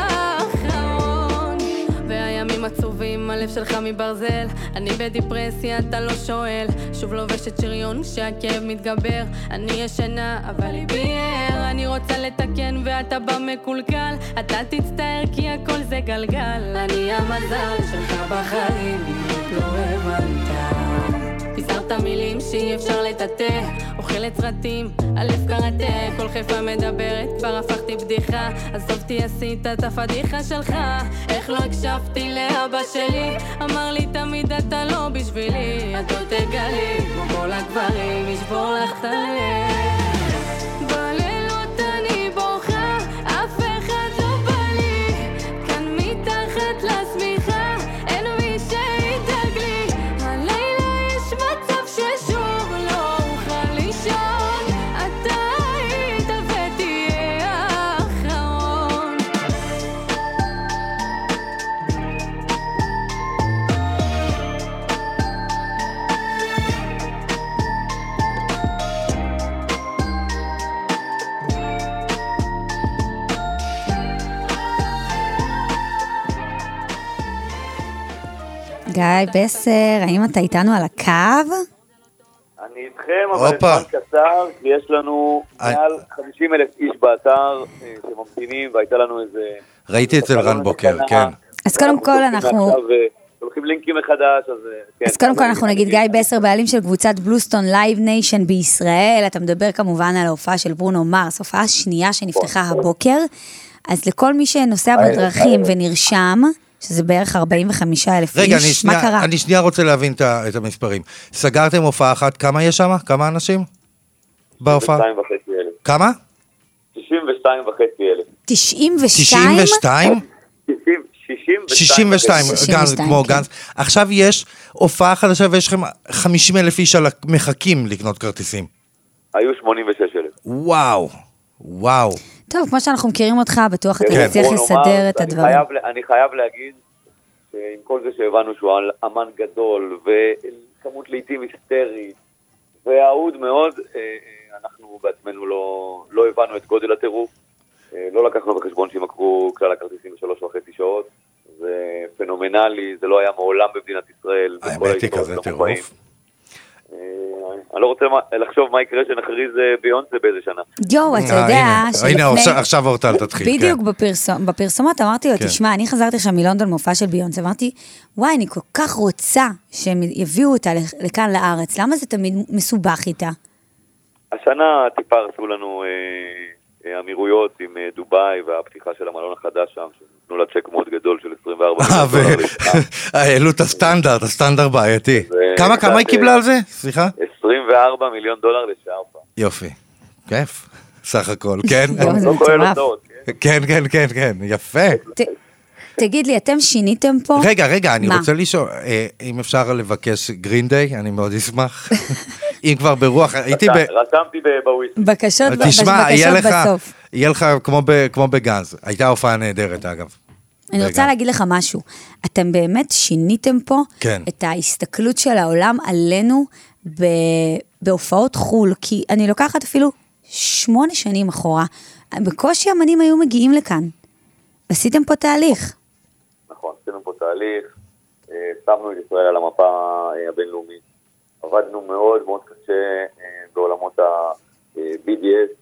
מברזל, אני בדיפרסיה, אתה לא שואל. שוב לובשת שריון כשהכאב מתגבר. אני ישנה, אבל ליבי ער. אני רוצה לתקן ואתה בא מקולקל. אתה תצטער כי הכל זה גלגל. אני המזל שלך בחיים, לא הבנת. פיזרת מילים שאי אפשר לטאטא, אוכלת סרטים, אלף קראטה, כל חיפה מדברת, כבר הפכתי בדיחה, עזובתי עשית את הפדיחה שלך, איך לא הקשבתי לאבא שלי, אמר לי תמיד אתה לא בשבילי, את לא תגלי, כמו כל הגברים, ישבור לך את הלב. בלילות אני בוכה, אף אחד לא בא לי, כאן מתחת לשמיכה, אין מי שידאג לי, הלילה יש מצב ששוב לא אוכל לישון, אתה היית ותהיה האחרון. גיא בסר, האם אתה איתנו על הקו? אני איתכם, אבל זמן קצר, כי יש לנו מעל 50,000 איש באתר שממתינים, והייתה לנו איזה... ראיתי אצל רן בוקר, כן. אז קודם כל אנחנו... הולכים לינקים מחדש, אז... אז קודם כל אנחנו נגיד גיא בסר, בעלים של קבוצת בלוסטון לייב ניישן בישראל, אתה מדבר כמובן על ההופעה של ברונו מרס, הופעה שנייה שנפתחה הבוקר, אז לכל מי שנוסע בדרכים ונרשם, שזה בערך 45,000 איש, מה קרה? אני שנייה רוצה להבין את המספרים. סגרתם הופעה אחת, כמה יש שם? כמה אנשים בהופעה? 92,500. כמה? 92,500. 92? 92? 62, 62, גנז, כמו גנז. עכשיו יש הופעה חדשה ויש לכם 50,000 איש מחכים לקנות כרטיסים. היו 86,000. וואו, וואו. טוב, כמו שאנחנו מכירים אותך, בטוח אתה תצליח לסדר את הדברים. אני חייב להגיד שעם כל זה שהבנו שהוא אמן גדול וכמות לעיתים היסטרית והאהוד מאוד, אנחנו בעצמנו לא הבנו את גודל הטירוף. לא לקחנו בחשבון שימכרו כלל הכרטיסים ב3.5 שעות. זה פנומנלי, זה לא היה מעולם במדינת ישראל. האמת היא כזה טירוף. אני לא רוצה לחשוב מה יקרה שנחריז ביונסה באיזה שנה. יו, אתה יודע הנה, עכשיו אורטל תתחיל. בדיוק בפרסומות אמרתי לו, תשמע, אני חזרתי עכשיו מלונדון מופע של ביונסה, אמרתי, וואי, אני כל כך רוצה שהם יביאו אותה לכאן לארץ, למה זה תמיד מסובך איתה? השנה טיפה הרסו לנו אמירויות עם דוביי והפתיחה של המלון החדש שם, שנתנו לה צ'ק מאוד גדול של 24 מיליון דולר. העלו את הסטנדרט בעייתי. כמה היא קיבלה על זה? סליחה? 24 מיליון דולר לשעה. יופי, כיף, סך הכל, כן? לא כולל הוצאות, כן, כן, כן, כן, יפה. תגיד לי, אתם שיניתם פה? רגע, אני רוצה לשאול, אם אפשר לבקש גרין דיי, אני מאוד אשמח. אם כבר ברוח, הייתי רשמתי בוויסט. בקשות תשמע, בסוף. יהיה לך כמו בגז. הייתה הופעה נהדרת, אגב. אני רוצה להגיד לך משהו. אתם באמת שיניתם פה את ההסתכלות של העולם עלינו בהופעות חול, כי אני לוקחת אפילו 8 שנים אחורה. בקושי אמנים היו מגיעים לכאן. עשיתם פה תהליך. נכון, עשינו פה תהליך. שמנו את ישראל על המפה הבינלאומית. עבדנו מאוד מאוד קשה בעולמות ה-BDS.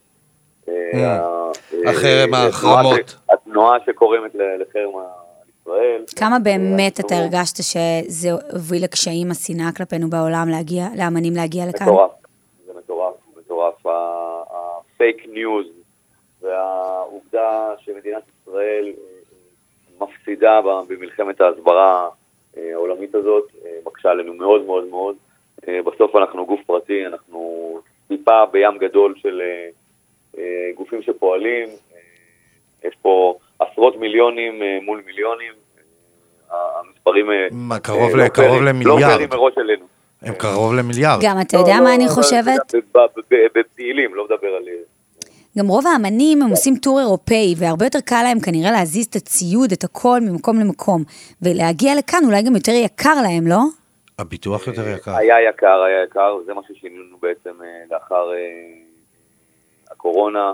החרם, ההחרמות. התנועה שקורמת לחרם על ישראל. כמה באמת אתה הרגשת שזה הוביל לקשיים השנאה כלפינו בעולם, לאמנים להגיע לכאן? מטורף, זה מטורף. הפייק ניוז והעובדה שמדינת ישראל מפסידה במלחמת ההסברה העולמית הזאת, מקשה עלינו מאוד מאוד מאוד. בסוף אנחנו גוף פרטי, אנחנו טיפה בים גדול של גופים שפועלים, יש פה עשרות מיליונים מול מיליונים, המספרים קרוב למיליארד. לא פרים מראש אלינו. הם קרוב למיליארד. גם אתה יודע מה אני חושבת? בפעילים, לא מדבר על... גם רוב האמנים הם עושים טור אירופאי, והרבה יותר קל להם כנראה להזיז את הציוד, את הכל ממקום למקום, ולהגיע לכאן אולי גם יותר יקר להם, לא? הביטוח יותר יקר. היה יקר, זה מה ששינינו בעצם לאחר הקורונה.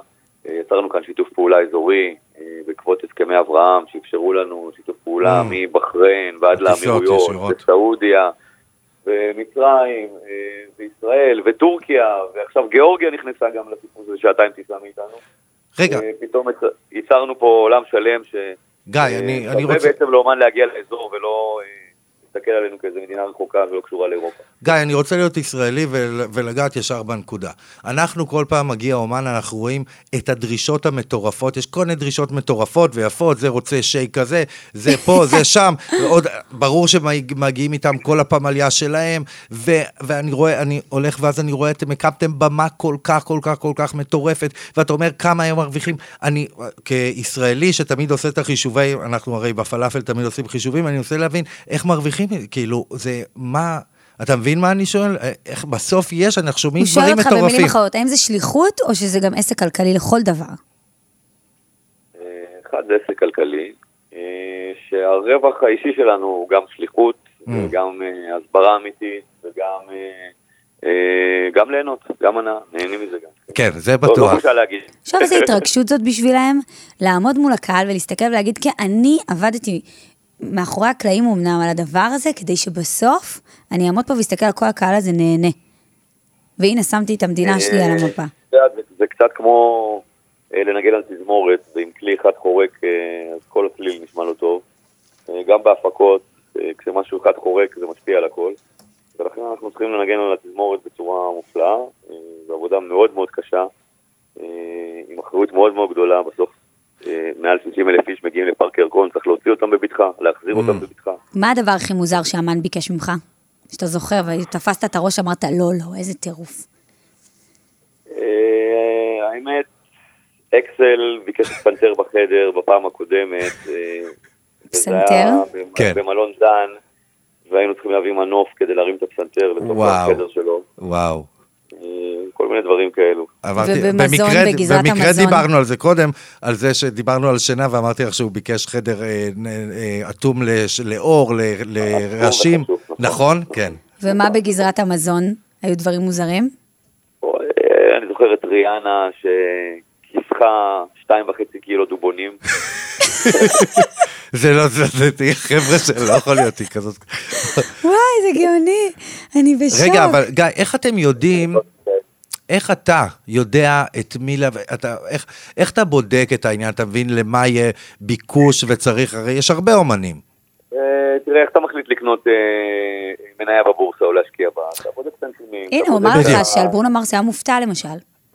יצרנו כאן שיתוף פעולה אזורי, בעקבות הסכמי אברהם, שאפשרו לנו שיתוף פעולה מבחריין ועד לאמירויות, וסעודיה, ומצרים, וישראל, וטורקיה, ועכשיו גיאורגיה נכנסה גם לסיפור הזה, שעתיים טיסה מאיתנו. רגע. פתאום ייצרנו פה עולם שלם, גיא, אני רוצה... בעצם לאומן להגיע לאזור ולא... תסתכל עלינו כאיזו מדינה רחוקה ולא קשורה לאירופה. גיא, אני רוצה להיות ישראלי ולגעת ישר בנקודה. אנחנו כל פעם מגיע אומן, אנחנו רואים את הדרישות המטורפות, יש כל מיני דרישות מטורפות ויפות, זה רוצה שייק כזה, זה פה, זה שם, ועוד, ברור שמגיעים איתם כל הפמליה שלהם, ואני רואה, אני הולך ואז אני רואה, אתם הקמתם במה כל כך, כל כך, כל כך מטורפת, ואתה אומר כמה הם מרוויחים. אני, כישראלי שתמיד עושה את החישובי, אנחנו הרי בפלאפל תמיד עושים חישובים, אני רוצה להבין איך מרוויחים, כאילו, זה מה... אתה מבין מה אני שואל? איך בסוף יש, אנחנו שומעים דברים מטורפים. הוא שואל אותך במילים אחרות, האם זה שליחות או שזה גם עסק כלכלי לכל דבר? אחד זה עסק כלכלי, שהרווח האישי שלנו הוא גם שליחות, וגם הסברה אמיתית, וגם ליהנות, גם נהנים מזה גם. כן, זה בטוח. לא אפשר להגיד. עכשיו איזו התרגשות זאת בשבילהם, לעמוד מול הקהל ולהסתכל ולהגיד, כי אני עבדתי מאחורי הקלעים אמנם על הדבר הזה, כדי שבסוף אני אעמוד פה והסתכל על כל הקהל הזה נהנה. והנה שמתי את המדינה שלי על המפה. זה קצת כמו לנגן על תזמורת, ועם כלי אחד חורק, אז כל הכליל נשמע לו טוב. גם בהפקות, כשמשהו אחד חורק זה משפיע על הכל. ולכן אנחנו צריכים לנגן על התזמורת בצורה מופלאה. זו עבודה מאוד מאוד קשה, עם אחריות מאוד מאוד גדולה. בסוף מעל 60,000 איש מגיעים לפארק ירקון, צריך להוציא אותם בביטחה, להחזיר אותם בביטחה. מה הדבר הכי מוזר שהאמן ביקש ממך? שאתה זוכר, ותפסת את הראש, אמרת, לא, איזה טירוף. האמת, אקסל ביקש פסנתר בחדר בפעם הקודמת. פסנתר? כן. במלון דן, והיינו צריכים להביא מנוף כדי להרים את הפסנתר לתוך החדר שלו. וואו. כל מיני דברים כאלו. ובמזון, בגזרת המזון. במקרה דיברנו על זה קודם, על זה שדיברנו על שינה, ואמרתי לך שהוא ביקש חדר אטום לאור, לרעשים. נכון? כן. ומה בגזרת המזון? היו דברים מוזרים? אני זוכר את ריאנה שכיסחה 2.5 קילו דובונים. זה לא, זה תהיה חבר'ה שלא יכול להיות היא כזאת. וואי, זה גאוני, אני בשוק. רגע, אבל גיא, איך אתם יודעים, איך אתה יודע את מי, איך אתה בודק את העניין, אתה מבין למה יהיה ביקוש וצריך, הרי יש הרבה אומנים. תראה, איך אתה מחליט לקנות מניה בבורסה או להשקיע בה, אתה בודק את הנתונים. הנה, הוא אמר לך שעל ברונו מרס היה מופתע למשל.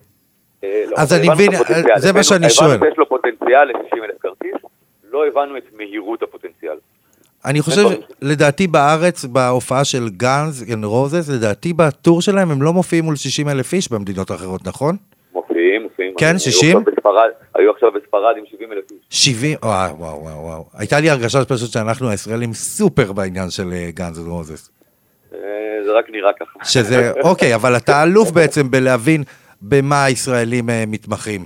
אז אני מבין, זה מה שאני שואל. הבנו שיש לו פוטנציאל ל-60,000 כרטיס, לא הבנו את מהירות הפוטנציאל. אני חושב, לדעתי בארץ, בהופעה של גאנז אנד רוזס, לדעתי בטור שלהם הם לא מופיעים מול 60,000 איש במדינות אחרות, נכון? מופיעים. כן, 60? היו עכשיו בספרד עם 70,000 איש. 70? וואו. הייתה לי הרגשה פשוט שאנחנו הישראלים סופר בעניין של גאנז אנד רוזס. זה רק נראה ככה. שזה, אוקיי, אבל אתה אלוף בעצם בלהבין במה הישראלים מתמחים.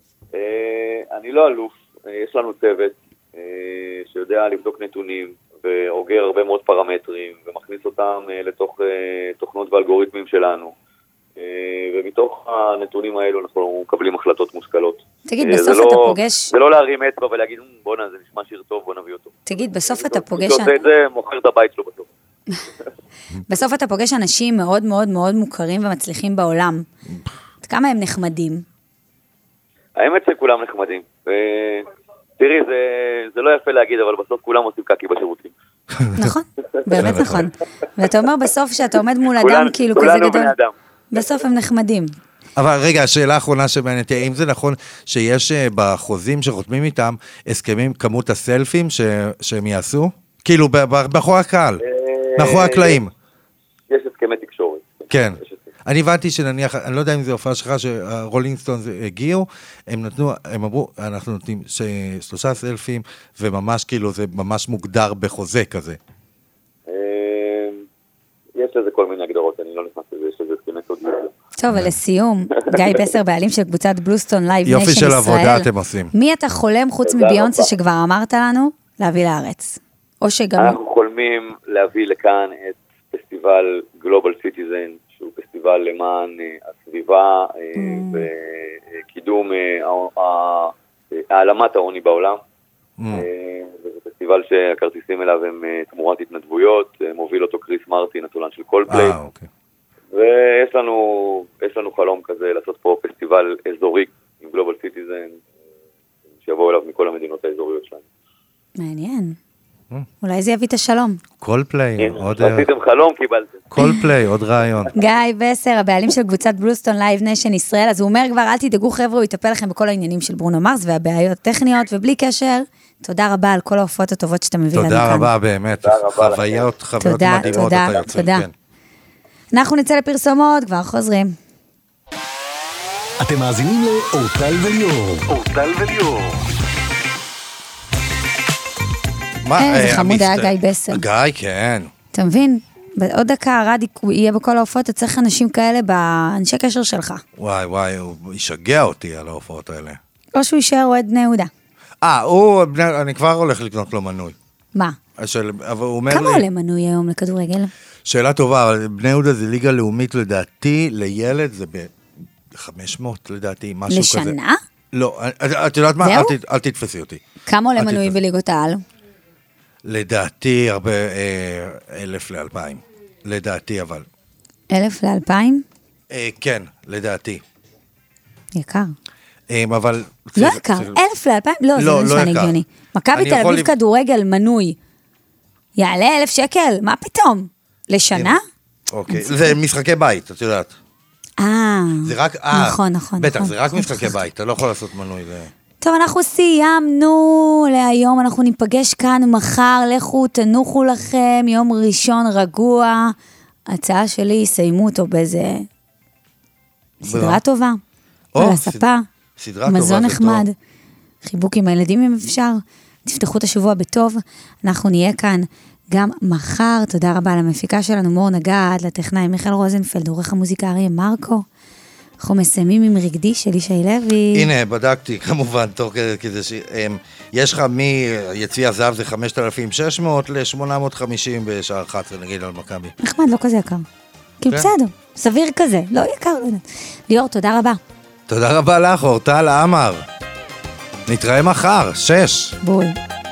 אני לא אלוף, יש לנו צוות שיודע לבדוק נתונים ואוגר הרבה מאוד פרמטרים ומכניס אותם לתוך תוכנות ואלגוריתמים שלנו. ומתוך הנתונים האלו אנחנו מקבלים החלטות מושכלות. תגיד, בסוף אתה פוגש... זה לא להרים אצבע ולהגיד, בוא זה נשמע שיר טוב, בוא נביא אותו. תגיד, בסוף אתה פוגש... שעושה את זה, מוכר את הבית שלו בסוף. בסוף אתה פוגש אנשים מאוד מאוד מאוד מוכרים ומצליחים בעולם. כמה הם נחמדים? האמת שכולם נחמדים. תראי, זה לא יפה להגיד, אבל בסוף כולם עושים קקי בשירותים. נכון, באמת נכון. ואתה אומר בסוף שאתה עומד מול אדם כאילו כזה גדול. בסוף הם נחמדים. אבל רגע, השאלה האחרונה שמעניינת, האם זה נכון שיש בחוזים שחותמים איתם הסכמים כמות הסלפים שהם יעשו? כאילו, מאחורי הקהל, מאחורי הקלעים. יש הסכמי תקשורת. כן. אני הבנתי שנניח, אני לא יודע אם זה הופעה שלך, שהרולינג סטונס הגיעו, הם אמרו, אנחנו נותנים 3 סלפים, וממש כאילו זה ממש מוגדר בחוזה כזה. יש לזה כל מיני הגדרות, אני לא נכנס לזה, יש לזה הסכמי סודיים. טוב, ולסיום, גיא בסר, בעלים של קבוצת בלוסטון לייב ניישן ישראל. יופי של עבודה אתם עושים. מי אתה חולם חוץ מביונסה שכבר אמרת לנו להביא לארץ? או שגם... אנחנו חולמים להביא לכאן את פסטיבל גלובל סיטיזן, שהוא פסטיבל למען הסביבה וקידום לקידום העלמת העוני בעולם. זה פסטיבל שהכרטיסים אליו הם תמורת התנדבויות, מוביל אותו קריס מרטין, התולן של קולפליי. אוקיי. ויש לנו חלום כזה לעשות פה פסטיבל אזורי עם גלובל סיטיזן, שיבואו אליו מכל המדינות האזוריות שלנו. מעניין. אולי זה יביא את השלום. קולפליי, עוד... עשיתם חלום, קיבלתם. קולפליי, עוד רעיון. גיא בסר, הבעלים של קבוצת בלוסטון לייב ניישן ישראל, אז הוא אומר כבר, אל תדאגו חבר'ה, הוא יטפל לכם בכל העניינים של ברונו מרס והבעיות הטכניות, ובלי קשר, תודה רבה על כל ההופעות הטובות שאתה מביא לנו כאן. תודה רבה, באמת. חוויות מדהימות אתה יוצא. תודה. אנחנו נצא לפרסומות, כבר חוזרים. אתם מאזינים לאורטל וליאור. אורטל וליאור. איזה חמוד היה גיא בסר. גיא, כן. אתה מבין? בעוד דקה רדי יהיה בכל ההופעות, אתה צריך אנשים כאלה באנשי קשר שלך. וואי, הוא ישגע אותי על ההופעות האלה. או שהוא יישאר אוהד בני יהודה. אני כבר הולך לקנות לו מנוי. מה? כמה עולה מנוי היום לכדורגל? שאלה טובה, אבל בני יהודה זה ליגה לאומית לדעתי, לילד זה ב-500 לדעתי, משהו כזה. לשנה? לא, את יודעת מה? אל תתפסי אותי. כמה עולה מנוי בליגות העל? לדעתי הרבה 1,000 ל-2,000. לדעתי אבל. 1,000 ל-2,000? כן, לדעתי. יקר. אבל... לא יקר, 1,000 ל-2,000? לא, זה לא נשמע הגיוני. מכבי תל אביב כדורגל מנוי. יעלה 1,000 שקל? מה פתאום? לשנה? אוקיי, זה משחקי בית, את יודעת. זה רק... נכון. בטח, זה רק משחקי בית, אתה לא יכול לעשות מנוי. טוב, אנחנו סיימנו להיום, אנחנו ניפגש כאן מחר, לכו, תנוחו לכם, יום ראשון רגוע. ההצעה שלי, סיימו אותו באיזה סדרה טובה, על הספה, מזון נחמד, חיבוק עם הילדים אם אפשר, תפתחו את השבוע בטוב, אנחנו נהיה כאן גם מחר, תודה רבה למפיקה שלנו, מור נגד, לטכנאי מיכל רוזנפלד, עורך המוזיקה אריה מרקו, אנחנו מסיימים עם רגדי של ישי לוי. הנה, בדקתי, כמובן, תוך כדי יש לך מיציע זהב זה 5,600 ל-850 בשעה 11, נגיד על מכבי. נחמד, לא כזה יקר. כאילו בסדר, סביר כזה, לא יקר, לא יודעת. ליאור, תודה רבה. תודה רבה לך, אורטל עמר. נתראה מחר, 6. בול.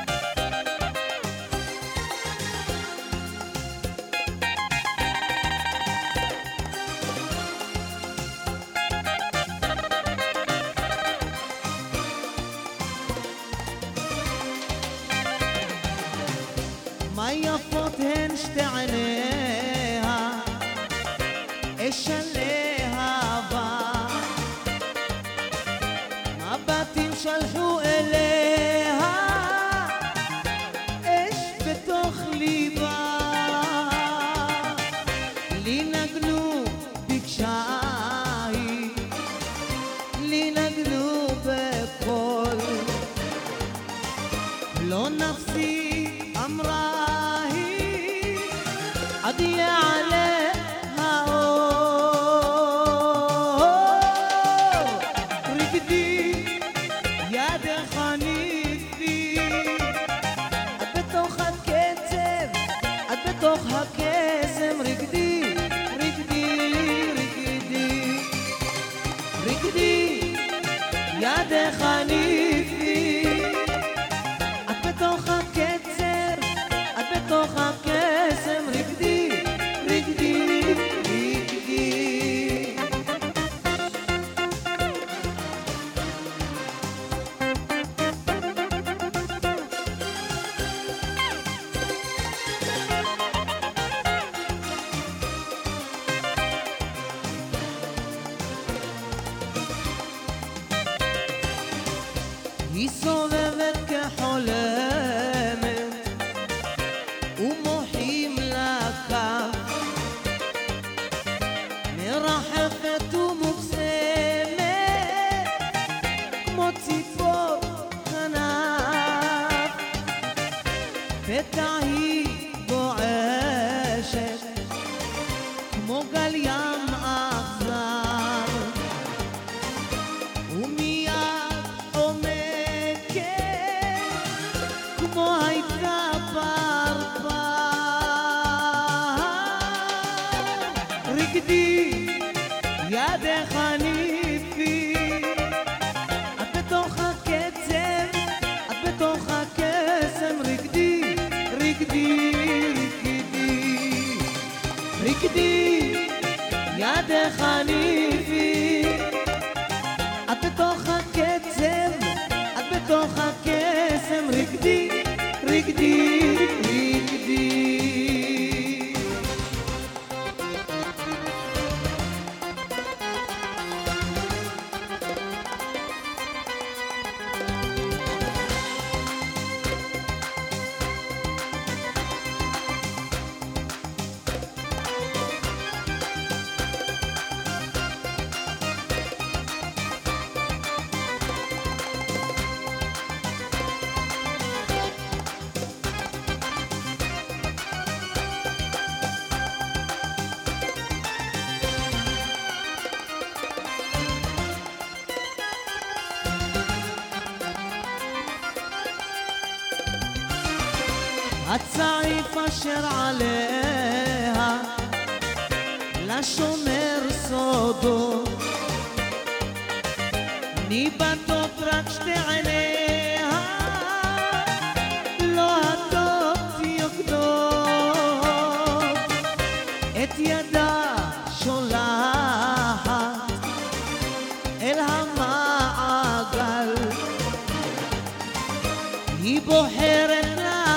היא סובבת כחולמת ומוחים לקו מרחפת ומוקסמת כמו ציפור כנף פתע היא בועשת כמו גל ים אכזר ומיד כמו הייתה פרפר רקדי ידך ניפי ידך ניבי, את בתוך הקצב, את בתוך הקסם, רקדי, רקדי, רקדי. הצעיף אשר עליה לשומר סודו, ניבטות רק שתי עיניה, לא הטוב יוקדות, את ידה שולחת אל המעגל, היא בוחרת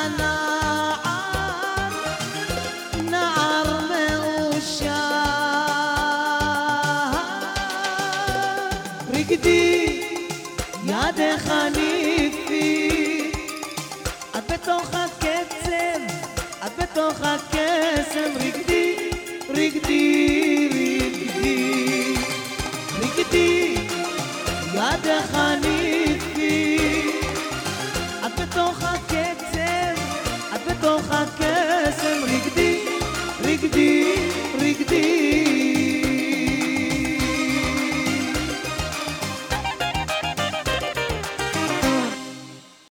רקדי, ידך ניבי, את בתוך הקצב, את בתוך הקסם, רקדי, רקדי, רקדי, רקדי, ידך ניבי, את בתוך הקצב, את בתוך הקסם, רקדי, רקדי, רקדי.